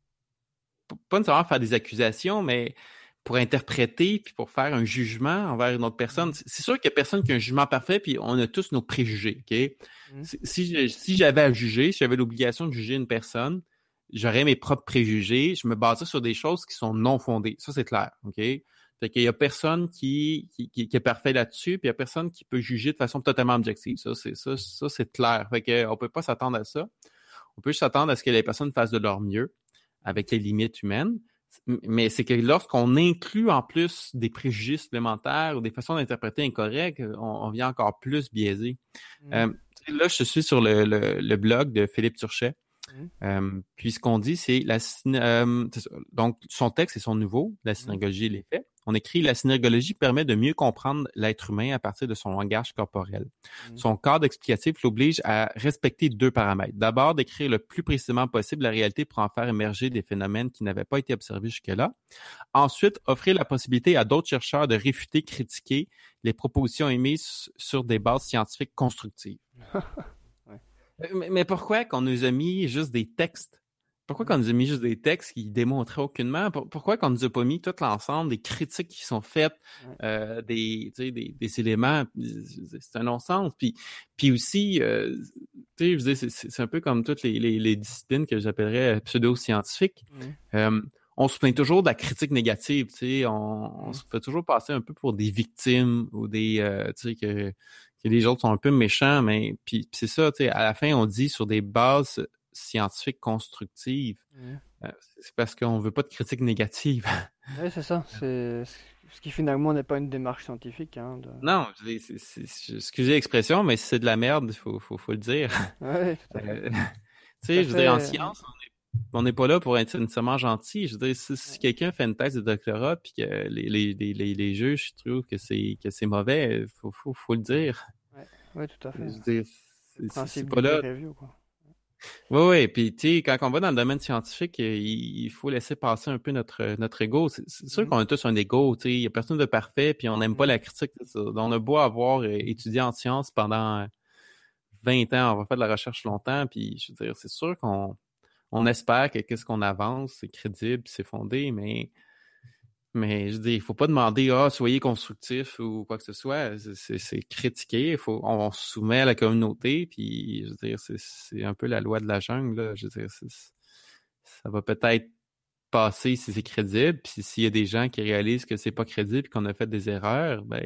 pour pas nécessairement faire des accusations, mais pour interpréter puis pour faire un jugement envers une autre personne. Mhm. C'est c'est sûr qu'il y a personne qui a un jugement parfait, puis on a tous nos préjugés, OK? Mhm. Si, si je- si j'avais à juger, si j'avais l'obligation de juger une personne, j'aurais mes propres préjugés, je me baserais sur des choses qui sont non fondées. Ça, c'est clair, OK? Fait qu'il y a personne qui, qui, qui, qui est parfait là-dessus, puis il y a personne qui peut juger de façon totalement objective. Ça, c'est ça, ça, c'est clair. Fait que, on peut pas s'attendre à ça. On peut juste s'attendre à ce que les personnes fassent de leur mieux avec les limites humaines. Mais c'est que lorsqu'on inclut en plus des préjugés supplémentaires ou des façons d'interpréter incorrectes, on, on vient encore plus biaisé. Mhm. Euh, là, je suis sur le, le, le blog de Philippe Turchet. Mhm. Euh, puis ce qu'on dit, c'est la euh, c'est donc son texte est son nouveau, la Mhm. synergologie et les faits. On écrit la synergologie permet de mieux comprendre l'être humain à partir de son langage corporel. Mhm. Son cadre explicatif l'oblige à respecter deux paramètres. D'abord, d'écrire le plus précisément possible la réalité pour en faire émerger des phénomènes qui n'avaient pas été observés jusque-là. Ensuite, offrir la possibilité à d'autres chercheurs de réfuter, critiquer les propositions émises sur des bases scientifiques constructives. Ouais. Mais, mais pourquoi qu'on nous a mis juste des textes? Pourquoi Mhm. qu'on nous a mis juste des textes qui démontraient aucunement? Pour- Pourquoi qu'on nous a pas mis tout l'ensemble des critiques qui sont faites, Ouais. euh, des, tu sais, des, des éléments? C'est un non-sens. Puis, puis aussi, euh, tu sais, je veux dire, c'est- c'est c'est un peu comme toutes les, les, les disciplines que j'appellerais pseudo-scientifiques. Mhm. Euh, on se plaint toujours de la critique négative, tu sais, on, on Mhm. se fait toujours passer un peu pour des victimes ou des, euh, tu sais, que, que les autres sont un peu méchants, mais puis, puis c'est ça, tu sais, à la fin, on dit sur des bases scientifiques constructives. Mhm. Euh, c'est parce qu'on veut pas de critique négative. Ouais, c'est ça. C'est Ce qui finalement n'est pas une démarche scientifique, hein, de... Non, je dis, c'est, c'est, c'est- excusez l'expression, mais si c'est de la merde, il faut, faut, faut le dire. Ouais, tout à fait. Euh, tu Tout à sais, je veux dire, en fait. science, on n'est pas là pour être nécessairement gentil. Je veux dire, si, si Ouais, quelqu'un fait une thèse de doctorat puis que les, les, les, les, les juges trouvent que c'est que c'est mauvais, faut, faut, faut le dire. ouais, ouais, tout à Je fait. veux dire, C'est le c'est c'est- c'est principe pas du peer là. review, quoi. Oui, oui. Puis, tu sais, quand on va dans le domaine scientifique, euh, il, il faut laisser passer un peu notre, notre ego. C'est c'est sûr Mhm, qu'on a tous un ego, tu sais. Il y a personne de parfait, puis on n'aime pas mhm. la critique. C'est ça. On a beau avoir euh, étudié en sciences pendant vingt ans, on va faire de la recherche longtemps, puis je veux dire, c'est sûr qu'on on espère que qu'est-ce qu'on avance, c'est crédible, c'est fondé, mais mais je veux dire, il faut pas demander ah soyez constructif ou quoi que ce soit. C'est c'est- c'est critiquer, il faut on, on se soumet à la communauté, puis je veux dire, c'est c'est un peu la loi de la jungle, là. Je veux dire, c'est- c'est- ça va peut-être passer si c'est crédible, puis s'il y a des gens qui réalisent que c'est pas crédible et qu'on a fait des erreurs, ben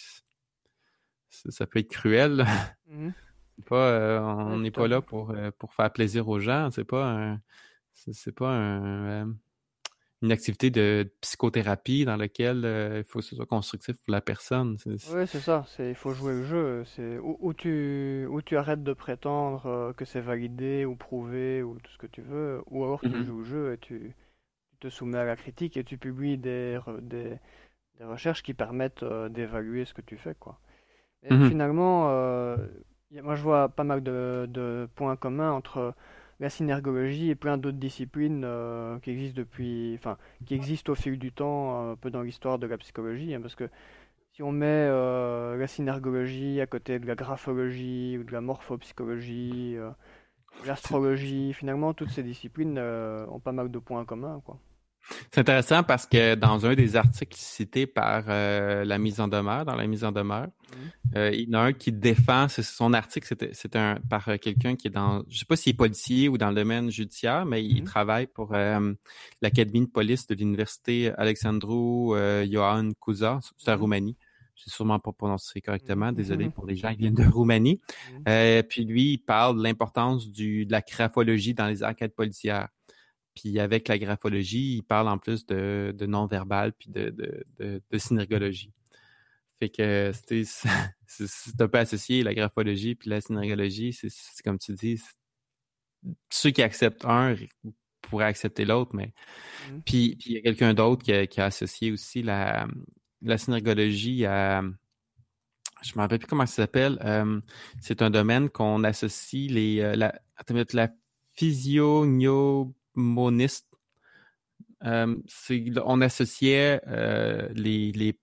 c'est- ça peut être cruel, là. Mhm. C'est pas, euh, Ouais, on n'est tout à pas là fait. pour, euh, pour faire plaisir aux gens. C'est pas un, c'est c'est pas un, euh, une activité de psychothérapie dans laquelle euh, il faut que ce soit constructif pour la personne. C'est- c'est- Ouais, c'est ça. C'est, il faut jouer le jeu. C'est où, où tu, où tu arrêtes de prétendre euh, que c'est validé ou prouvé ou tout ce que tu veux, ou alors tu Mhm. joues le jeu et tu, tu te soumets à la critique et tu publies des, re- des, des recherches qui permettent euh, d'évaluer ce que tu fais, quoi. Et Mhm. finalement, euh, y a- moi je vois pas mal de, de points communs entre la synergologie et plein d'autres disciplines euh, qui existent depuis, enfin, qui existent au fil du temps, un peu dans l'histoire de la psychologie, hein, parce que si on met euh, la synergologie à côté de la graphologie ou de la morphopsychologie, euh, C'est l'astrologie, finalement toutes ces disciplines euh, ont pas mal de points communs, quoi. c'est intéressant parce que dans un des articles cités par euh, la mise en demeure, dans la mise en demeure, Mhm. euh, il y en a un qui défend, c'est son article, c'était c'était un par euh, quelqu'un qui est dans, je sais pas s'il est policier ou dans le domaine judiciaire, mais il Mhm. travaille pour euh, l'académie de police de l'université Alexandru euh, Ioan Cuza, c'est en Mhm. Roumanie. Je sais sûrement pas prononcer correctement, désolé Mhm. pour les gens qui viennent de Roumanie. Mhm. Euh, puis lui, il parle de l'importance du de la graphologie dans les enquêtes policières. Puis avec la graphologie, il parle en plus de, de non-verbal puis de, de, de, de synergologie. Fait que c'était c'est c'est- c'est un peu associé la graphologie puis la synergologie, c'est c'est comme tu dis, c'est- ceux qui acceptent un pourraient accepter l'autre, mais Mhm. puis puis il y a quelqu'un d'autre qui a, qui a associé aussi la la synergologie à je me rappelle plus comment ça s'appelle. Euh, c'est un domaine qu'on associe les euh, la attends une minute, la physiognomoniste. Euh, c'est, on associait euh, les, les,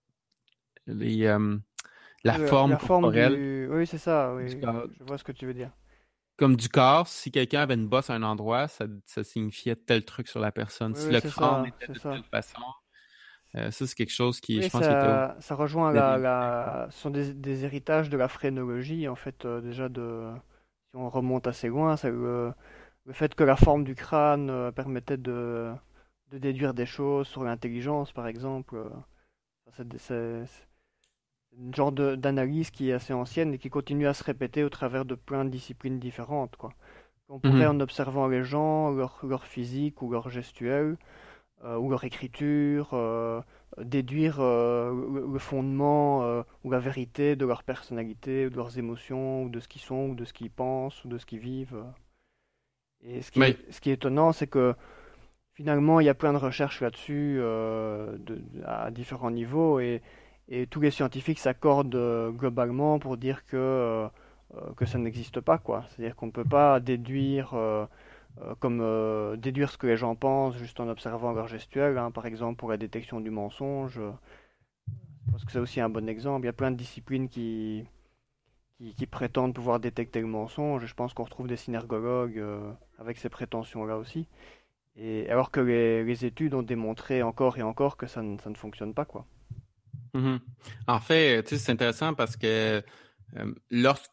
les, euh, la Oui, la, forme la forme corporelle du... Oui, c'est ça, du oui, corps. je vois ce que tu veux dire. Comme du corps, si quelqu'un Ouais. avait une bosse à un endroit, ça, ça signifiait tel truc sur la personne. Oui, Si oui, le c'est crâne ça, était c'est de ça. telle façon, euh, ça c'est quelque chose qui, Oui, je pense, qui était au ça, ça rejoint la, neuvième. la... Ce sont des, des héritages de la phrénologie, en fait, euh, déjà de... Si on remonte assez loin, c'est le, le fait que la forme du crâne euh, permettait de, de déduire des choses sur l'intelligence, par exemple. euh, ça, C'est c'est- c'est une genre de- d'analyse qui est assez ancienne et qui continue à se répéter au travers de plein de disciplines différentes, quoi. On pourrait, Mhm. en observant les gens, leur, leur physique ou leur gestuelle, euh, ou leur écriture, euh, déduire euh, le, le fondement euh, ou la vérité de leur personnalité, ou de leurs émotions, ou de ce qu'ils sont, ou de ce qu'ils pensent, ou de ce qu'ils vivent. Et ce qui Oui. est, ce qui est étonnant, c'est que finalement, il y a plein de recherches là-dessus euh, de- à différents niveaux, et, et tous les scientifiques s'accordent euh, globalement pour dire que, euh, euh, que ça n'existe pas, quoi. C'est-à-dire qu'on ne peut pas déduire euh, euh, comme euh, déduire ce que les gens pensent juste en observant leur gestuelle, hein. Par exemple, pour la détection du mensonge, euh, je pense que c'est aussi un bon exemple. Il y a plein de disciplines qui, qui, qui prétendent pouvoir détecter le mensonge, et je pense qu'on retrouve des synergologues euh, avec ces prétentions-là aussi. Et alors que les, les études ont démontré encore et encore que ça ne, ça ne fonctionne pas, quoi. Mhm. En fait, tu sais, c'est intéressant parce que euh, lorsque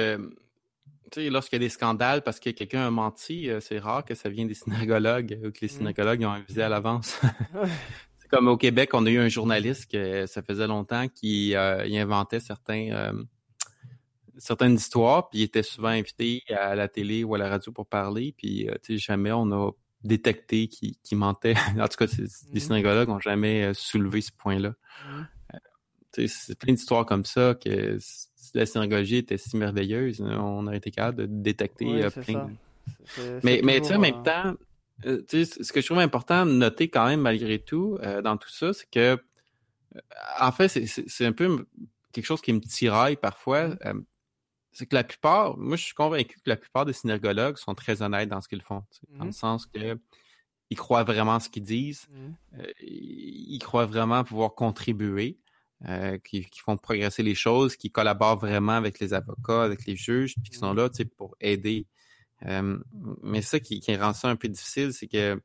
tu sais, lorsqu'il y a des scandales parce que quelqu'un a menti, euh, c'est rare que ça vienne des synagogues ou que les Mhm. synagogues ont avisé à l'avance. C'est comme au Québec, on a eu un journaliste que ça faisait longtemps qui euh, il inventait certains euh, certaines histoires, puis il était souvent invité à la télé ou à la radio pour parler, puis euh, tu sais, jamais on a détecté qu'il, qu'il mentait. En tout cas, c'est, mm-hmm. les synagogues n'ont jamais soulevé ce point-là. Mm-hmm. Euh, c'est plein d'histoires comme ça que si la synagogie était si merveilleuse, on aurait été capable de détecter oui, euh, c'est plein ça. de... C'est, mais c'est mais toujours, tu sais, en même temps, euh, ce que je trouve important de noter quand même malgré tout euh, dans tout ça, c'est que euh, en fait, c'est, c'est, c'est un peu quelque chose qui me tiraille parfois. Mm. Euh, c'est que la plupart, moi je suis convaincu que la plupart des synagogues sont très honnêtes dans ce qu'ils font, mm. dans le sens que ils croient vraiment ce qu'ils disent, mm. euh, ils croient vraiment pouvoir contribuer. Euh, qui, qui font progresser les choses, qui collaborent vraiment avec les avocats, avec les juges, puis qui sont là, tu sais, pour aider. Euh, mais ça qui, qui rend ça un peu difficile, c'est que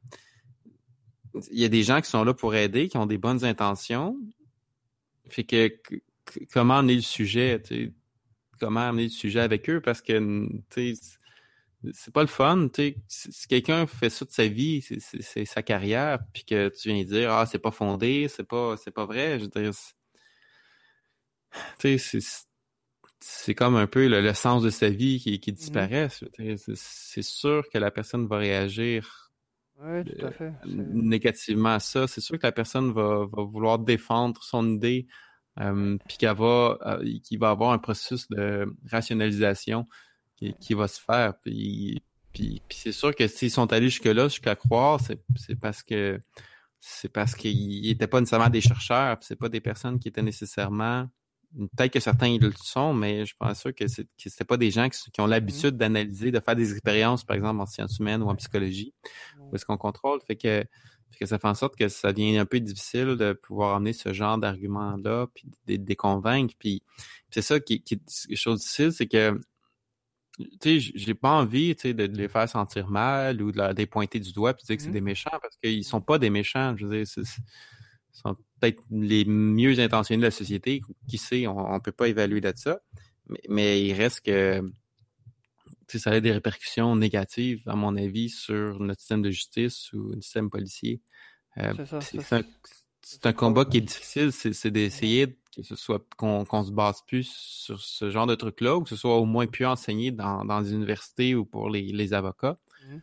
il y a des gens qui sont là pour aider, qui ont des bonnes intentions. Fait que, que comment amener le sujet, tu sais, comment amener le sujet avec eux, parce que tu sais, c'est pas le fun, tu sais. Si quelqu'un fait ça de sa vie, c'est, c'est, c'est sa carrière, puis que tu viens dire ah c'est pas fondé, c'est pas c'est pas vrai, je veux dire. Tu sais, c'est, c'est comme un peu le, le sens de sa vie qui, qui disparaît. Mm-hmm. C'est, c'est sûr que la personne va réagir oui, tout à fait. C'est... négativement à ça. C'est sûr que la personne va, va vouloir défendre son idée, euh, puis qu'elle va, euh, qu'il va avoir un processus de rationalisation qui, qui va se faire. Puis, puis, puis c'est sûr que s'ils sont allés jusque-là, jusqu'à croire, c'est, c'est parce que c'est parce qu'ils n'étaient pas nécessairement des chercheurs, puis c'est pas des personnes qui étaient nécessairement... Peut-être que certains ils le sont, mais je pense sûr que, c'est, que c'était pas des gens qui, qui ont l'habitude mmh. d'analyser, de faire des expériences, par exemple, en sciences humaines ou en psychologie, où est-ce qu'on contrôle. Fait que, fait que ça fait en sorte que ça devient un peu difficile de pouvoir amener ce genre d'arguments-là, puis de, de les convaincre. Puis, puis c'est ça qui, qui est quelque chose de difficile, c'est que tu sais, j'ai pas envie, tu sais, de, de les faire sentir mal ou de, la, de les pointer du doigt puis de dire que mmh. c'est des méchants, parce qu'ils sont pas des méchants. Je veux dire, c'est, c'est sont peut-être les mieux intentionnés de la société. Qui sait, on ne peut pas évaluer de ça. Mais, mais il reste que ça a des répercussions négatives, à mon avis, sur notre système de justice ou notre système policier. Euh, c'est ça, c'est, ça, c'est, un, c'est un combat qui est difficile, c'est, c'est d'essayer que ce soit qu'on, qu'on se base plus sur ce genre de trucs-là, ou que ce soit au moins plus enseigné dans, dans les universités ou pour les, les avocats.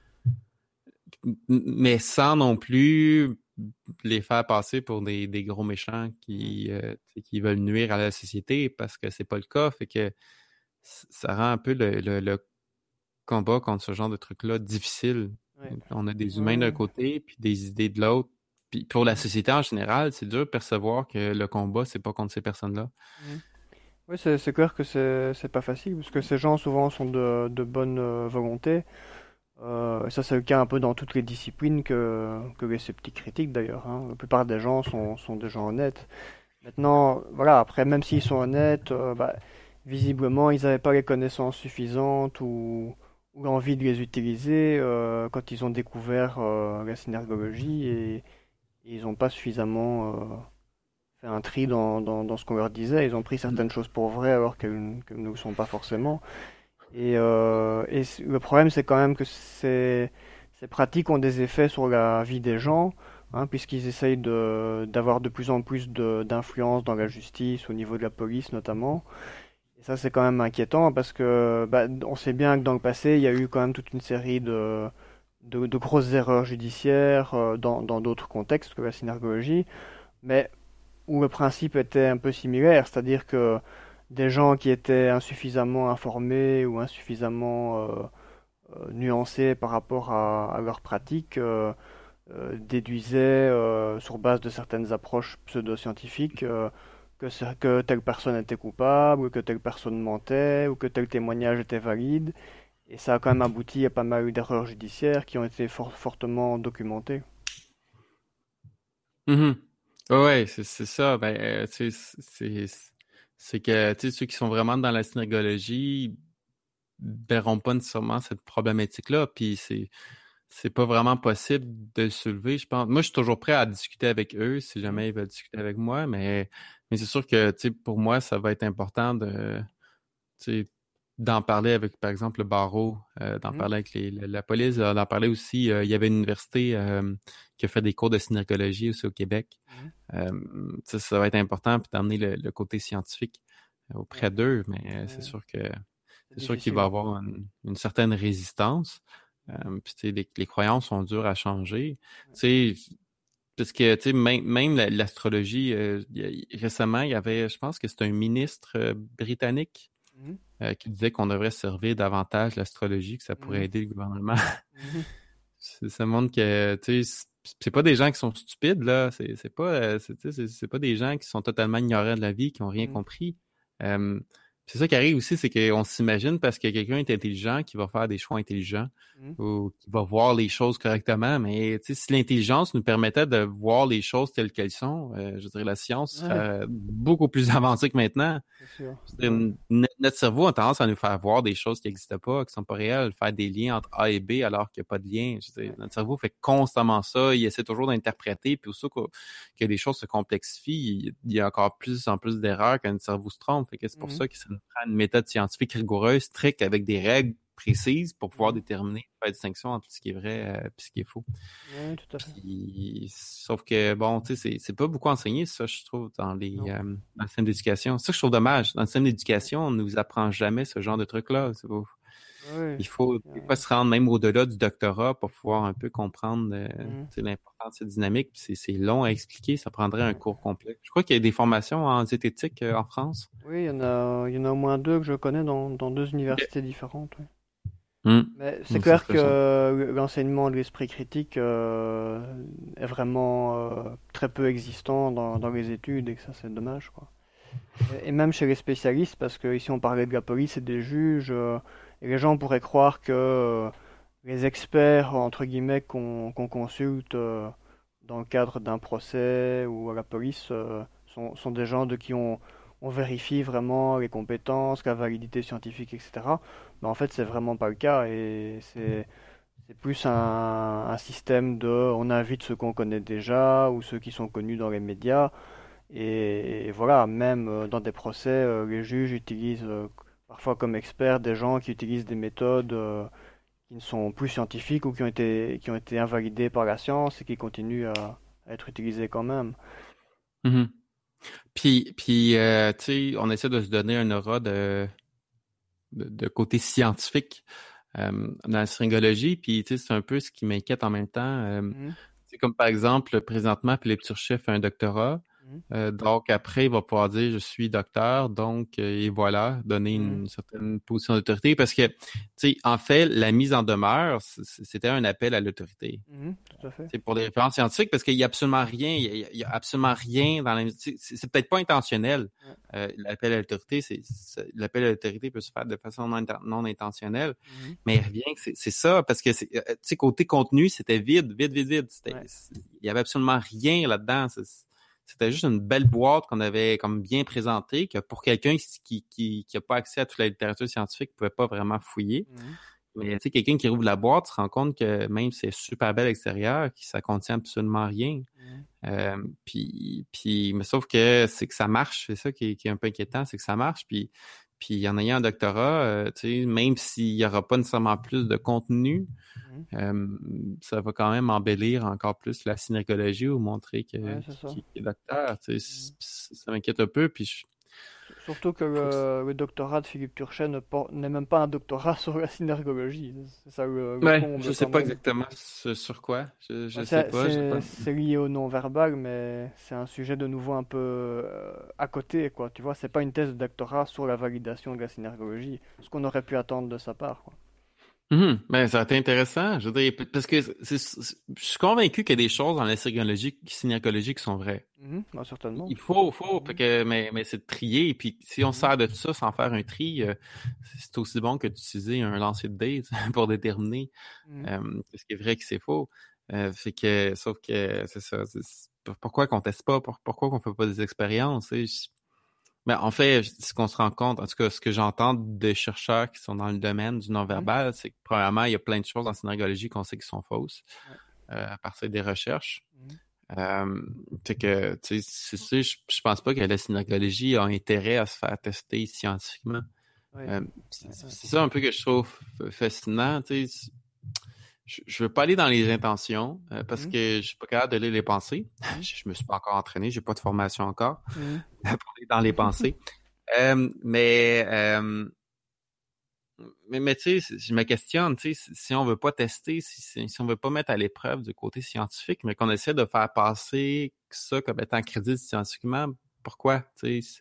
Mmh. Mais sans non plus les faire passer pour des, des gros méchants qui, euh, qui veulent nuire à la société, parce que c'est pas le cas. Fait que ça rend un peu le, le, le combat contre ce genre de trucs-là difficile. Ouais. On a des humains ouais. d'un côté, puis des idées de l'autre. Puis pour la société en général, c'est dur de percevoir que le combat, c'est pas contre ces personnes-là. Mmh. Oui, c'est, c'est clair que c'est, c'est pas facile, parce que ces gens souvent sont de, de bonne euh, volonté. Euh, ça, c'est le cas un peu dans toutes les disciplines que, que les sceptiques critiquent d'ailleurs. Hein. La plupart des gens sont, sont des gens honnêtes. Maintenant, voilà, après, même s'ils sont honnêtes, euh, bah, visiblement, ils n'avaient pas les connaissances suffisantes ou, ou l'envie de les utiliser euh, quand ils ont découvert euh, la synergologie et, et ils n'ont pas suffisamment euh, fait un tri dans, dans, dans ce qu'on leur disait. Ils ont pris certaines choses pour vraies alors qu'elles, qu'elles ne le sont pas forcément. Et, euh, et le problème, c'est quand même que ces, ces pratiques ont des effets sur la vie des gens, hein, puisqu'ils essayent de, d'avoir de plus en plus de, d'influence dans la justice, au niveau de la police notamment. Et ça, c'est quand même inquiétant, parce que bah, on sait bien que dans le passé, il y a eu quand même toute une série de, de, de grosses erreurs judiciaires euh, dans, dans d'autres contextes que la synergologie, mais où le principe était un peu similaire, c'est-à-dire que des gens qui étaient insuffisamment informés ou insuffisamment euh, euh, nuancés par rapport à, à leurs pratiques euh, euh, déduisaient euh, sur base de certaines approches pseudo-scientifiques euh, que, que telle personne était coupable, ou que telle personne mentait, ou que tel témoignage était valide. Et ça a quand même abouti à pas mal d'erreurs judiciaires qui ont été for- fortement documentées. Mm-hmm. Ouais, c'est, c'est ça. Ben, euh, c'est, c'est, c'est que tu sais, ceux qui sont vraiment dans la synergologie verront pas nécessairement cette problématique-là. Puis c'est, c'est pas vraiment possible de le soulever, je pense. Moi, je suis toujours prêt à discuter avec eux si jamais ils veulent discuter avec moi, mais, mais c'est sûr que tu sais, pour moi, ça va être important de tu sais, d'en parler avec, par exemple, le barreau, euh, d'en mmh. parler avec les, la, la police, d'en parler aussi. Euh, il y avait une université euh, qui a fait des cours de synergologie aussi au Québec. Mmh. Euh, ça, ça va être important, puis d'emmener le, le côté scientifique euh, auprès ouais. d'eux, mais euh, c'est sûr que c'est, c'est sûr qu'il va y avoir une, une certaine résistance. Euh, puis, tu sais, les, les croyances sont dures à changer. Tu sais, parce que, tu sais, même, même la- l'astrologie, euh, il y a- récemment, il y avait, je pense que c'était un ministre euh, britannique Mhm. euh, qui disait qu'on devrait servir davantage l'astrologie, que ça pourrait Mhm. aider le gouvernement. Mhm. Ça ça montre que, tu sais, c'est c'est pas des gens qui sont stupides, là. C'est c'est pas, euh, c'est tu sais, c'est- c'est pas des gens qui sont totalement ignorants de la vie, qui ont rien Mhm. compris. Euh, c'est ça qui arrive aussi, c'est qu'on s'imagine parce que quelqu'un est intelligent qui va faire des choix intelligents Mhm. ou qui va voir les choses correctement. Mais tu sais, si l'intelligence nous permettait de voir les choses telles qu'elles sont, euh, je dirais la science Ouais, serait beaucoup plus avancée que maintenant. c'est sûr. Je veux Ouais. dire, n- notre cerveau a tendance à nous faire voir des choses qui n'existent pas, qui sont pas réelles, faire des liens entre A et B alors qu'il n'y a pas de lien. Je veux dire, Ouais. notre cerveau fait constamment ça, il essaie toujours d'interpréter, puis aussi que, que les choses se complexifient, il y a encore plus en plus d'erreurs quand notre cerveau se trompe. Fait que c'est pour Mhm. ça que ça nous prend une méthode scientifique rigoureuse, stricte, avec des règles précises pour pouvoir Mhm. déterminer la distinction entre ce qui est vrai euh, et ce qui est faux. Ouais, tout à fait. Puis, sauf que, bon, tu sais, c'est, c'est pas beaucoup enseigné, ça, je trouve, dans les, Non. euh, dans le système d'éducation. C'est ça que je trouve dommage. Dans le système d'éducation, on nous apprend jamais ce genre de trucs-là. C'est pas- Ouais. Il faut, des Ouais. fois, se rendre même au-delà du doctorat pour pouvoir un peu comprendre, euh, Mhm. tu sais, l'importance de cette dynamique. Puis c'est, c'est long à expliquer. Ça prendrait un Ouais. cours complet. Je crois qu'il y a des formations en diététique euh, en France. Oui, il y en a, il y en a au moins deux que je connais dans, dans deux Ok. universités différentes. Oui. Hum. Mais c'est Hum, ça clair serait que ça. euh, l'enseignement de l'esprit critique euh, est vraiment euh, très peu existant dans, dans les études et que ça c'est dommage, quoi. Et, et même chez les spécialistes, parce que ici on parlait de la police et des juges, euh, et les gens pourraient croire que euh, les experts entre guillemets qu'on qu'on consulte euh, dans le cadre d'un procès ou à la police euh, sont, sont des gens de qui on, on vérifie vraiment les compétences, la validité scientifique, et cetera. Mais en fait, c'est vraiment pas le cas et c'est c'est plus un, un système de on invite ceux qu'on connaît déjà ou ceux qui sont connus dans les médias. Et, et voilà, même euh, dans des procès, euh, les juges utilisent euh, parfois comme experts des gens qui utilisent des méthodes euh, qui ne sont plus scientifiques ou qui ont été, qui ont été invalidées par la science et qui continuent à, à être utilisées quand même. Mhm. Puis, puis euh, tu sais, on essaie de se donner un aura de, de, de côté scientifique euh, dans la syringologie. Puis, tu sais, c'est un peu ce qui m'inquiète en même temps. Euh, Mhm, c'est comme par exemple, présentement, Philippe Turchef fait un doctorat. mhm, Euh, donc après, il va pouvoir dire je suis docteur, donc euh, et voilà, donner mhm, une certaine position d'autorité. Parce que, tu sais, en fait, la mise en demeure, c- c'était un appel à l'autorité. mhm, tout à fait. C'est pour des références scientifiques parce qu'il y a absolument rien, il y a, il y a absolument rien dans la. C'est c'est peut-être pas intentionnel. Ouais, Euh, l'appel à l'autorité, c'est c'est- l'appel à l'autorité peut se faire de façon non, inten- non intentionnelle, mhm, mais il revient que c'est c'est ça parce que c'est, euh, tu sais, côté contenu, c'était vide, vide, vide, vide. C'était, ouais, c'est- il y avait absolument rien là-dedans. C'est- C'était juste une belle boîte qu'on avait comme bien présentée que pour quelqu'un qui qui qui a pas accès à toute la littérature scientifique pouvait pas vraiment fouiller. mhm, Mais tu sais, quelqu'un qui rouvre la boîte se rend compte que même si c'est super belle extérieur, que ça contient absolument rien. mhm, Euh, puis, puis, mais sauf que c'est que ça marche, c'est ça qui est, qui est un peu inquiétant, c'est que ça marche. Puis, puis en ayant un doctorat, euh, tu sais, même s'il y aura pas nécessairement plus de contenu, mhm. euh, ça va quand même embellir encore plus la synergologie ou montrer que Ouais, c'est ça. qu'il est docteur. Tu sais, Mhm. c- ça m'inquiète un peu. Puis, je, S- Surtout que faut que le, le doctorat de Philippe Turchet ne por- n'est même pas un doctorat sur la synergologie. C'est ça le, le ouais, je comble sais quand pas même. exactement ce- sur quoi. Je, Bah, je sais C'est pas. J'ai c'est- pas. c'est lié au non-verbal, mais c'est un sujet de nouveau un peu euh, à côté, quoi. Tu vois, c'est pas une thèse de doctorat sur la validation de la synergologie, ce qu'on aurait pu attendre de sa part, quoi. Mhm. Ben, ça a été intéressant. Je veux dire, parce que c'est, c'est- je suis convaincu qu'il y a des choses dans la synergologie, synergologie qui sont vraies. Mhm, bah, certainement. Il faut, faut, fait Mhm, que, mais, mais c'est de trier. Et puis, si on mhm, sert de tout ça sans faire un tri, euh, c'est aussi bon que d'utiliser un lancer de dés pour déterminer mhm, euh, ce qui est vrai et ce qui est faux. Euh, fait que, sauf que, c'est ça. c'est- c'est- pourquoi qu'on teste pas? Pour- pourquoi qu'on fait pas des expériences? Tu sais? Mais en fait, ce qu'on se rend compte, en tout cas, ce que j'entends des chercheurs qui sont dans le domaine du mhm, non-verbal, c'est que premièrement, il y a plein de choses en synergologie qu'on sait qui sont fausses ouais, euh, à partir des recherches. mhm, Euh, c'est que, tu sais, c'est- c'est- je, je pense pas que la synergologie a intérêt à se faire tester scientifiquement. ouais, Euh, c'est ouais, ouais. c'est ça un peu que je trouve f- fascinant. Tu sais, je, je veux pas aller dans les intentions euh, parce Mhm, que je suis pas capable de lire les pensées. mhm, Je, je me suis pas encore entraîné, j'ai pas de formation encore mhm, pour aller dans les pensées. Euh, mais euh, Mais, mais tu sais, je me questionne, tu sais, si on veut pas tester, si, si, si on veut pas mettre à l'épreuve du côté scientifique, mais qu'on essaie de faire passer ça comme étant crédible scientifiquement, pourquoi, tu sais,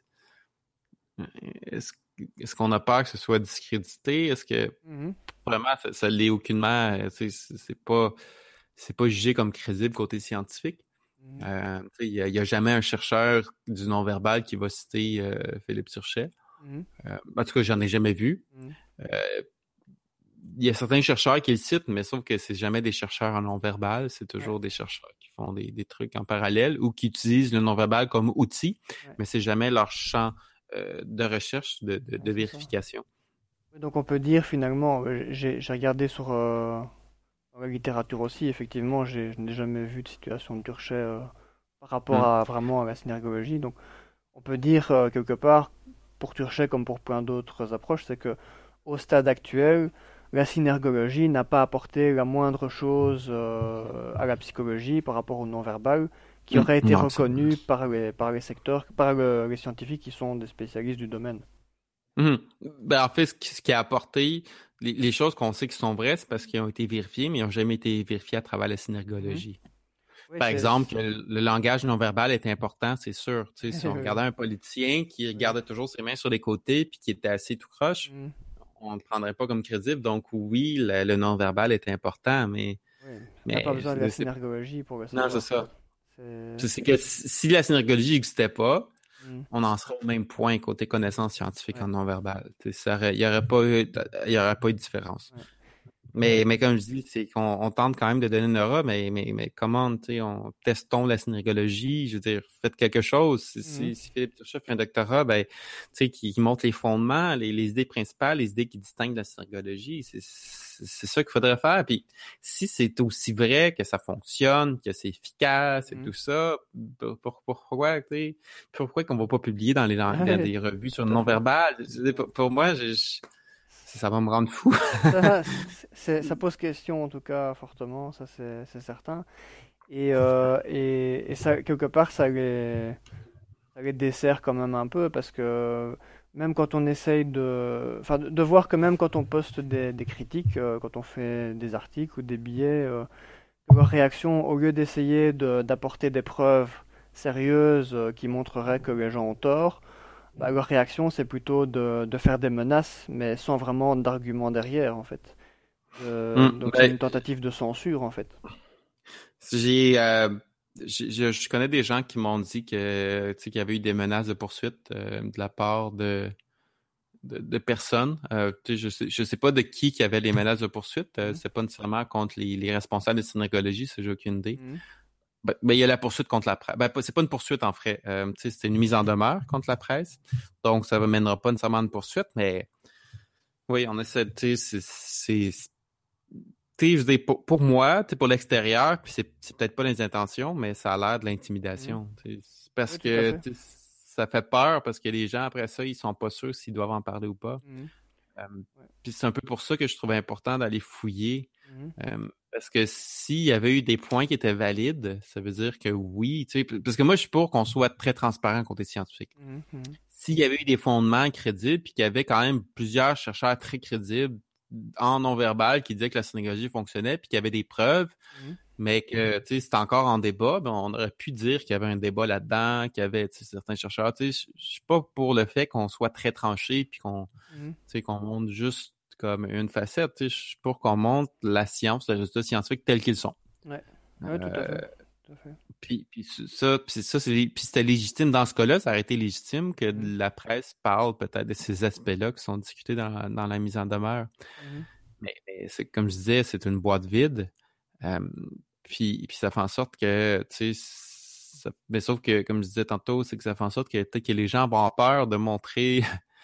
est-ce, est-ce qu'on a peur que ce soit discrédité? Est-ce que Mhm. vraiment ça, ça l'est aucunement, tu sais, c'est c'est pas, c'est pas jugé comme crédible côté scientifique? Mhm. Euh, tu sais, il y, a- il y a jamais un chercheur du non-verbal qui va citer euh, Philippe Turchet. Mhm. Euh, en tout cas, j'en ai jamais vu. Mhm. Euh, Il y a certains chercheurs qui le citent, mais sauf que c'est jamais des chercheurs en non-verbal, c'est Ouais, toujours des chercheurs qui font des, des trucs en parallèle ou qui utilisent le non-verbal comme outil, ouais, mais c'est jamais leur champ euh, de recherche, de, de, ouais, de c'est ça. vérification. Donc on peut dire finalement, euh, j'ai j'ai regardé sur euh, dans la littérature aussi, effectivement, j'ai- je n'ai jamais vu de situation de Turchet euh, par rapport Hmm. à vraiment à la synergologie. Donc on peut dire euh, quelque part, pour Turchet comme pour plein d'autres approches, c'est que au stade actuel, la synergologie n'a pas apporté la moindre chose euh, à la psychologie par rapport au non-verbal qui Hmm. aurait été Non, absolument. reconnu par les, par les secteurs, par le- les scientifiques qui sont des spécialistes du domaine. Mhm. Ben, en fait, ce qui, ce qui a apporté, les, les choses qu'on sait qui sont vraies, c'est parce qu'ils ont été vérifiées, mais ils n'ont jamais été vérifiées à travers la Mhm. synergologie. Oui, Par c'est... exemple, c'est- que le, le langage non-verbal est important, c'est sûr. Tu sais, si on Oui, regardait un politicien qui oui. regardait toujours ses mains sur les côtés puis qui était assez tout croche, Mhm. on ne le prendrait pas comme crédible. Donc oui, le, le non-verbal est important, mais, Oui, on n'a pas mais besoin de la je sais- synergologie pour le non, c'est savoir, quoi. ça. C'est... C'est que si si la synergologie n'existait pas, Mhm. on en serait au même point côté connaissance scientifique en Ouais, non-verbal. Tu sais, ça aurait- il n'y aurait pas eu, il y aurait pas eu de différence. ouais. Mais, Ouais. mais comme je dis, c'est qu'on on tente quand même de donner une aura, mais, mais, mais comment, tu sais, on testons la synergologie, je veux dire, faites quelque chose. Si, Mhm. si, si Philippe Turchet fait un doctorat, ben, tu sais, qui, qui montre les fondements, les, les idées principales, les idées qui distinguent la synergologie, c'est, c'est c'est ça qu'il faudrait faire. Puis si c'est aussi vrai que ça fonctionne, que c'est efficace et Mhm. tout ça, pour- pour- pourquoi, tu sais, pourquoi qu'on va pas publier dans les, dans, dans Ouais, des revues sur tout le à fait. non-verbal? Je veux dire, Ouais. Pour, pour moi, je, je- ça va me rendre fou. Ça, c'est- c'est- ça pose question en tout cas fortement, ça c'est c'est certain. Et, euh, et, et ça, quelque part, ça les, ça les dessert quand même un peu parce que même quand on essaye de, enfin, de, de voir que même quand on poste des, des critiques, euh, quand on fait des articles ou des billets, euh, que leur réaction, au lieu d'essayer de- d'apporter des preuves sérieuses euh, qui montreraient que les gens ont tort, bah, leur réaction c'est plutôt de, de faire des menaces, mais sans vraiment d'argument derrière en fait. Euh, Hum, donc c'est ben, une tentative de censure en fait. J'ai, euh, j'ai- je, je connais des gens qui m'ont dit que, tu sais, qu'il y avait eu des menaces de poursuite euh, de la part de, de, de personnes. Euh, tu sais, je sais, je sais pas de qui qui avait les menaces de poursuite. Euh, Mhm. c'est pas nécessairement contre les, les responsables de synagogie, ça j'ai aucune idée. Mhm. Ben, ben, il y a la poursuite contre la presse. Ben, pas- c'est pas une poursuite en fait. Euh, tu sais, c'est une mise en demeure contre la presse. Donc ça ne mènera pas nécessairement à une poursuite, mais oui, on essaie, tu sais, c'est, c'est, tu sais, je veux dire, pour, pour moi, tu sais, pour l'extérieur, puis c'est c'est peut-être pas les intentions, mais ça a l'air de Mhm. l'intimidation. Tu sais. C'est parce Oui, tout à que fait. tu sais, ça fait peur parce que les gens après ça, ils sont pas sûrs s'ils doivent en parler ou pas. Mhm. Euh, Ouais. puis c'est un peu pour ça que je trouvais important d'aller fouiller. Mhm. Euh, parce que s'il y avait eu des points qui étaient valides, ça veut dire que oui, tu sais, parce que moi je suis pour qu'on soit très transparent côté scientifique. Mhm. Mhm. S'il y avait eu des fondements crédibles, puis qu'il y avait quand même plusieurs chercheurs très crédibles en non-verbal qui disaient que la synagogie fonctionnait, puis qu'il y avait des preuves, Mhm. mais que tu sais, c'était encore en débat, ben, on aurait pu dire qu'il y avait un débat là-dedans, qu'il y avait tu sais, certains chercheurs. Tu sais, je je suis pas pour le fait qu'on soit très tranché, puis qu'on tu Mhm. sais, qu'on montre juste comme une facette. Tu sais, je suis pour qu'on montre la science, les résultats scientifiques tels qu'ils sont. Ouais. Ouais, tout à Euh, fait. Tout à fait. puis, puis ça, puis ça, c'est puis c'était légitime dans ce cas-là, ça aurait été légitime que Mhm. la presse parle peut-être de ces aspects-là qui sont discutés dans, dans la mise en demeure. Mhm. Mais, mais c'est comme je disais, c'est une boîte vide. Euh, puis, puis ça fait en sorte que, tu sais, ça- mais sauf que, comme je disais tantôt, c'est que ça fait en sorte que peut-être que les gens vont avoir peur de montrer,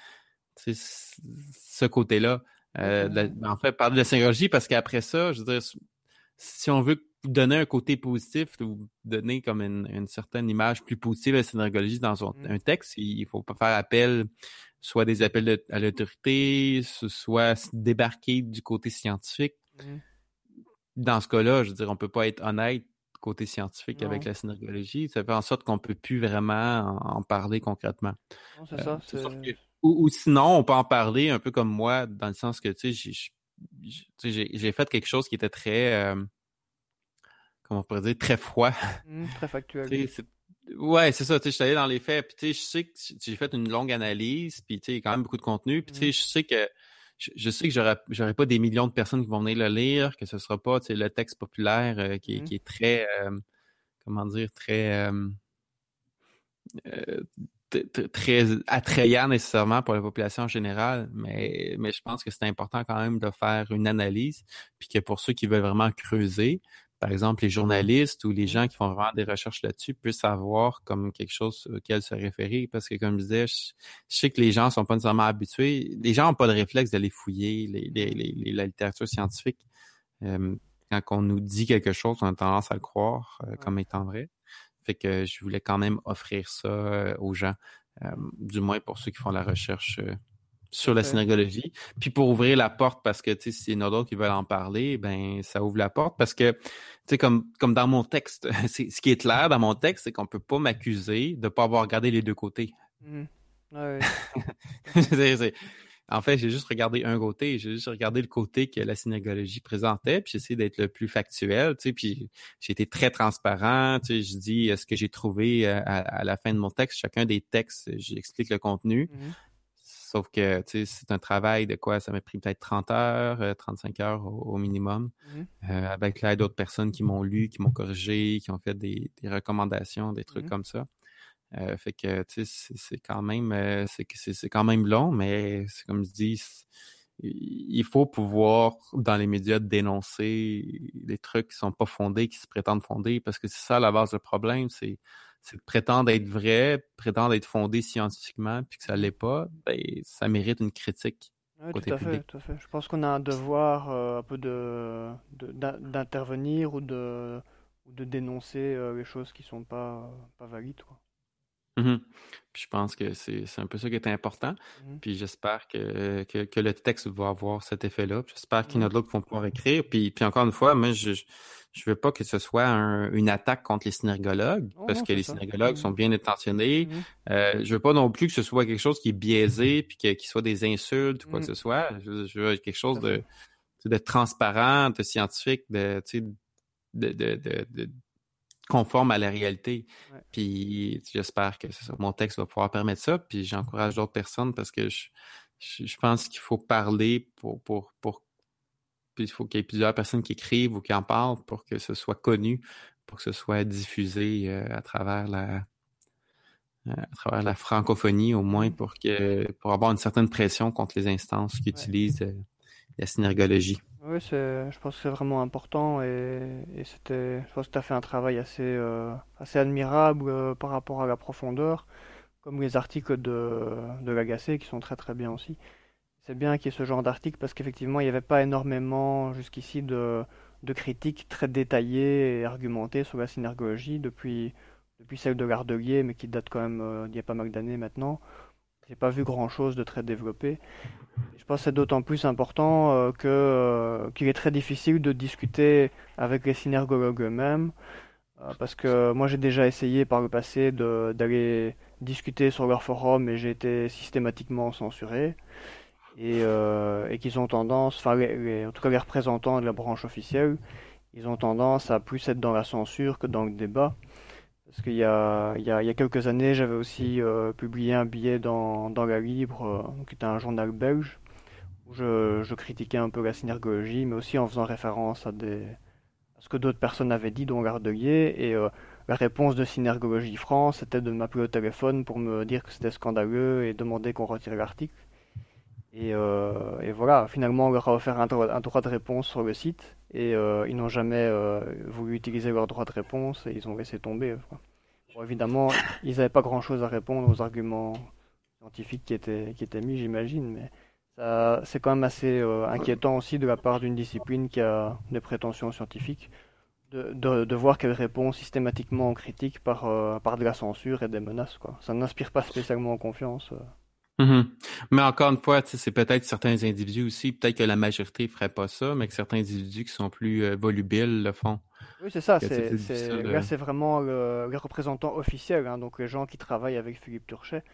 tu sais, ce côté-là. Ouais, tout Euh, à de fait. la- en fait, parler de la synergie, parce qu'après ça, je veux dire, si on veut donner un côté positif ou donner comme une, une certaine image plus positive à la synergologie dans un, Mhm. un texte, il faut pas faire appel soit des appels de- à l'autorité, ce- soit se débarquer du côté scientifique. Mhm. Dans ce cas-là, je veux dire, on peut pas être honnête côté scientifique avec Non, la synergologie. Ça fait en sorte qu'on peut plus vraiment en, en parler concrètement. non, c'est Euh, ça. c'est sûr C'est que ou, ou sinon, on peut en parler un peu comme moi, dans le sens que, tu sais, j'ai, j'ai, j'ai j'ai fait quelque chose qui était très, euh, comment on pourrait dire, très froid. Hmm, très factuel. Tu sais, c'est- ouais, c'est ça, tu sais, je suis allé dans les faits, puis tu sais, je sais que j'ai fait une longue analyse, puis tu sais, il y a quand même beaucoup de contenu, puis tu Hmm, sais, je sais que je, je sais que j'aurais j'aurais pas des millions de personnes qui vont venir le lire, que ce sera pas, tu sais, le texte populaire euh, qui, est- hmm, qui est très, euh, comment dire, très euh, euh, t- t- très attrayant nécessairement pour la population en général, mais, mais je pense que c'est important quand même de faire une analyse, puis que pour ceux qui veulent vraiment creuser, par exemple les journalistes ou les hmm. gens qui font vraiment des recherches là-dessus puissent avoir comme quelque chose auquel se référer, parce que comme je disais, je, je sais que les gens sont pas nécessairement habitués, les gens n'ont pas de réflexe d'aller fouiller les, les, les, les- la littérature scientifique. Euh, quand on nous dit quelque chose, on a tendance à le croire euh, Ouais, comme étant vrai. Fait que je voulais quand même offrir ça euh, aux gens, euh, hmm, du moins pour ceux qui font la recherche euh, tout à sur la fait. synergologie. Puis pour ouvrir la porte, parce que tu sais, s'il y en a d'autres qui veulent en parler, ben ça ouvre la porte parce que tu sais, comme comme dans mon texte, c'est, ce qui est clair dans mon texte, c'est qu'on peut pas m'accuser de pas avoir regardé les deux côtés. Hmm. Ouais, ouais, tout à fait. C'est- c'est- En fait, j'ai juste regardé un côté, j'ai juste regardé le côté que la synergologie présentait, puis j'ai essayé d'être le plus factuel, tu sais, puis j'ai été très transparent, tu sais, je dis euh, ce que j'ai trouvé euh, à, à la fin de mon texte, chacun des textes, j'explique le contenu, Mhm, sauf que, tu sais, c'est un travail de quoi, ça m'a pris peut-être trente heures, euh, trente-cinq heures au, au minimum, mhm, euh, avec l'aide d'autres personnes qui m'ont lu, qui m'ont corrigé, qui ont fait des, des recommandations, des trucs mhm. comme ça. Euh, fait que tu sais, c'est c'est quand même euh, c'est que c'est c'est quand même long, mais c'est comme je dis, c'est- il faut pouvoir dans les médias dénoncer des trucs qui sont pas fondés, qui se prétendent fondés, parce que c'est ça la base du problème, c'est c'est de prétendre être vrai, prétendre être fondé scientifiquement, puis que ça Mhm. l'est pas, ben ça mérite une critique Ouais, tout côté à fait, public. tout à fait. Je pense qu'on a un devoir euh, un peu de, de- d'in- d'intervenir ou de, ou de dénoncer euh, les choses qui sont pas, pas valides, quoi. Mhm. Puis je pense que c'est c'est un peu ça qui est important. Mhm, Puis j'espère que, que, que le texte va avoir cet effet-là. Puis j'espère qu'il y en mhm. a d'autres qui vont pouvoir écrire. Puis, puis encore une fois, moi, je je veux pas que ce soit un- une attaque contre les synergologues, Non, parce non, que c'est les ça. synergologues sont Mhm, bien intentionnés. mhm, Euh, je veux pas non plus que ce soit quelque chose qui est biaisé, puis que, qu'il soit des insultes ou quoi que mhm. ce soit. Je, je veux quelque Tout chose à fait. de, de transparent, de scientifique, de, tu sais, de, de, de, de, conforme à la réalité. Ouais. Puis j'espère que c'est ça, mon texte va pouvoir permettre ça. Puis j'encourage d'autres personnes parce que je, je, je pense qu'il faut parler pour, pour, pour, puis il faut qu'il y ait plusieurs personnes qui écrivent ou qui en parlent pour que ce soit connu, pour que ce soit diffusé euh, à travers la, à travers la francophonie au moins Mhm. pour que, pour avoir une certaine pression contre les instances qui Ouais. utilisent euh, la synergologie. Oui, c'est, je pense que c'est vraiment important et, et c'était, je pense que tu as fait un travail assez, euh, assez admirable euh, par rapport à la profondeur, comme les articles de, de l'Agacé qui sont très très bien aussi. C'est bien qu'il y ait ce genre d'article parce qu'effectivement, il n'y avait pas énormément jusqu'ici de, de critiques très détaillées et argumentées sur la synergologie depuis, depuis celle de Lardelier, mais qui date quand même euh, d'il y a pas mal d'années maintenant. J'ai pas vu grand-chose de très développé. Et je pense que c'est d'autant plus important euh, que, euh, qu'il est très difficile de discuter avec les synergologues eux-mêmes, euh, parce que moi j'ai déjà essayé par le passé de, d'aller discuter sur leur forum et j'ai été systématiquement censuré et, euh, et qu'ils ont tendance, enfin les- les- en tout cas les représentants de la branche officielle, ils ont tendance à plus être dans la censure que dans le débat. Parce qu'il y a, il y a, il y a quelques années, j'avais aussi euh, publié un billet dans, dans La Libre, euh, qui était un journal belge, où je, je critiquais un peu la synergologie, mais aussi en faisant référence à, des, à ce que d'autres personnes avaient dit, dont Gardelier. Et euh, la réponse de Synergologie France, c'était de m'appeler au téléphone pour me dire que c'était scandaleux et demander qu'on retire l'article. Et, euh, et voilà, finalement, on leur a offert un droit, un droit de réponse sur le site, et euh, ils n'ont jamais euh, voulu utiliser leur droit de réponse, et ils ont laissé tomber, quoi. Bon, évidemment, ils n'avaient pas grand-chose à répondre aux arguments scientifiques qui étaient, qui étaient mis, j'imagine, mais ça, c'est quand même assez euh, inquiétant aussi de la part d'une discipline qui a des prétentions scientifiques, de, de, de voir qu'elle répond systématiquement aux critiques par, euh, par de la censure et des menaces, quoi. Ça n'inspire pas spécialement confiance. euh. Mhm. Mais encore une fois, tu sais, c'est peut-être certains individus aussi, peut-être que la majorité ferait pas ça, mais que certains individus qui sont plus euh, volubiles le font. Oui, c'est ça, Que, tu sais, c'est, c'est difficile c'est, là de... c'est vraiment le- les représentants officiels, hein, donc les gens qui travaillent avec Philippe Turchet.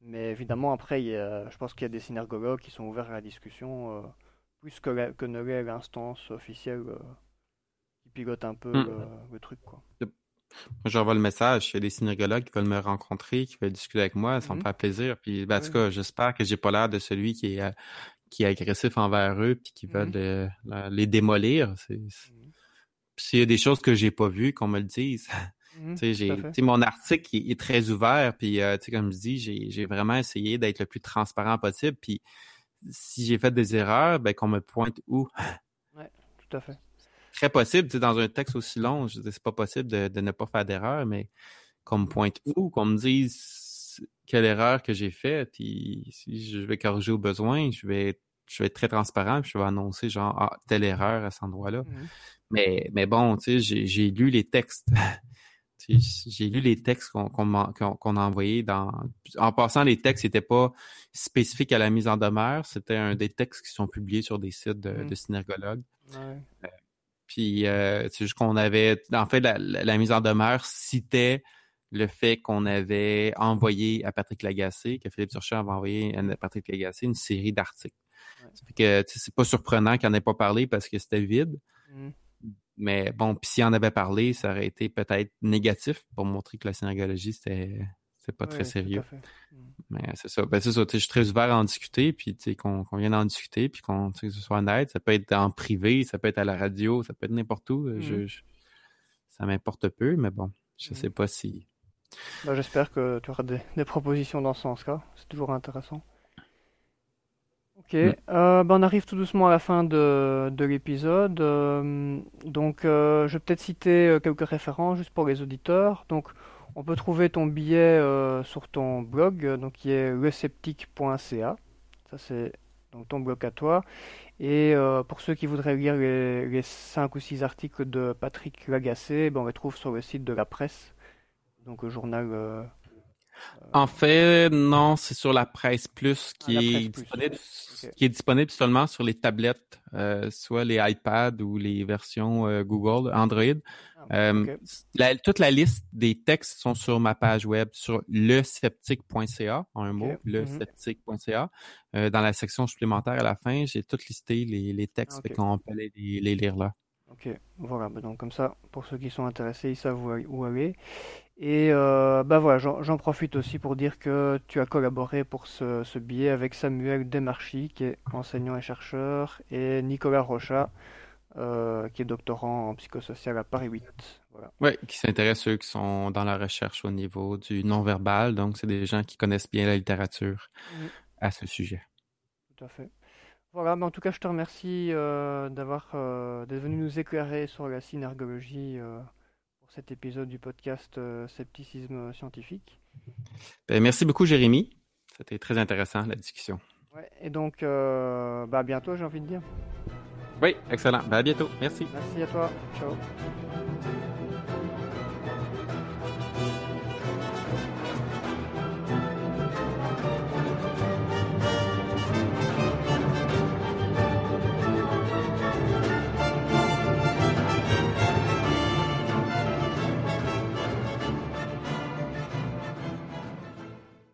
Mais évidemment, après, il y a- je pense qu'il y a des synergologues qui sont ouverts à la discussion, euh, plus que, la- que ne l'est l'instance officielle euh, qui pilote un peu le, Hmm. le truc, quoi. Moi, j'envoie le message. Il y a des synergologues qui veulent me rencontrer, qui veulent discuter avec moi. Ça me Mhm. fait plaisir. Puis, ben, en tout Oui. cas, j'espère que j'ai pas l'air de celui qui est, euh, qui est agressif envers eux puis qui veulent Mhm. euh, la- les démolir. C'est, c'est- Mhm. Puis s'il y a des choses que j'ai pas vues, qu'on me le dise. Tu Mhm. sais, Tout à j'ai, tu fait. sais, mon article il est très ouvert. Puis, euh, tu sais, comme je dis, j'ai, j'ai vraiment essayé d'être le plus transparent possible. Puis, si j'ai fait des erreurs, ben, qu'on me pointe où. Ouais, tout à fait. Très possible, tu sais, dans un texte aussi long, je dis, c'est pas possible de, de ne pas faire d'erreur, mais qu'on me pointe où, qu'on me dise quelle erreur que j'ai faite, puis si je vais corriger au besoin, je vais, je vais être très transparent, puis je vais annoncer genre, ah, telle erreur à cet endroit-là. Mhm. Mais, mais bon, tu sais, j'ai, j'ai lu les textes. Tu sais, j'ai lu les textes qu'on, qu'on, m'a- qu'on, qu'on a envoyés dans... En passant, les textes n'étaient pas spécifiques à la mise en demeure, c'était un des textes qui sont publiés sur des sites de, Mhm. de synergologues. Ouais. Puis euh, c'est juste qu'on avait, en fait, la, la, la mise en demeure citait le fait qu'on avait envoyé à Patrick Lagacé, que Philippe Turchin avait envoyé Mhm. à Patrick Lagacé une série d'articles. Ouais. Ça fait que tu sais, c'est pas surprenant qu'il n'en ait pas parlé parce que c'était vide. Mhm. Mais bon, puis s'il en avait parlé, ça aurait été peut-être négatif pour montrer que la synergologie, c'était, c'était pas très Ouais, tout à sérieux. fait. Mhm. Mais c'est ça. Ben, c'est ça. Tu sais, je suis très ouvert à en discuter, puis tu sais, qu'on, qu'on vienne en discuter, puis qu'on, tu sais, que ce soit honnête. Ça peut être en privé, ça peut être à la radio, ça peut être n'importe où. Mhm. Je, je- ça m'importe peu, mais bon, je sais Mhm. pas si. Bah, j'espère que tu auras des, des propositions dans ce sens-là. C'est toujours intéressant. Ok, Hmm. euh, bah, on arrive tout doucement à la fin de, de l'épisode. Euh, donc, euh, je vais peut-être citer euh, quelques références juste pour les auditeurs. Donc, on peut trouver ton billet euh, sur ton blog, euh, donc qui est le sceptique point c a. Ça, c'est donc ton blog à toi. Et euh, pour ceux qui voudraient lire les, les cinq ou six articles de Patrick Lagacé, ben, on les trouve sur le site de la presse, donc le journal euh, En fait, non, c'est sur la Presse Plus ah, la qui presse est plus. disponible, Ok, qui est disponible seulement sur les tablettes, euh, soit les iPads ou les versions euh, Google, Android. ah, Euh, ok, la- toute la liste des textes sont sur ma page web sur le sceptique point c a, en un ok. mot, Mhm. le sceptique point c a. Euh, dans la section supplémentaire à la fin, j'ai tout listé les, les Ah, textes, fait ok. qu'on peut aller les, les lire là. Ok, voilà, bah donc comme ça, pour ceux qui sont intéressés, ils savent où, où aller. Et euh, bah voilà, j'en j'en profite aussi pour dire que tu as collaboré pour ce, ce billet avec Samuel Demarchi, qui est enseignant et chercheur, et Nicolas Rocha, euh, qui est doctorant en psychosocial à Paris huit. Voilà. Oui, qui s'intéressent ceux qui sont dans la recherche au niveau du non-verbal, donc c'est des gens qui connaissent bien la littérature Mhm, à ce sujet. tout à fait. Voilà, mais en tout cas, je te remercie euh, d'avoir euh, d'être venu nous éclairer sur la synergologie euh, pour cet épisode du podcast euh, Scepticisme scientifique. Ben, merci beaucoup, Jérémy. C'était très intéressant, la discussion. Ouais, et donc, euh, bah, à bientôt, j'ai envie de dire. Oui, excellent. Ben, à bientôt. Merci. Merci à toi. Ciao.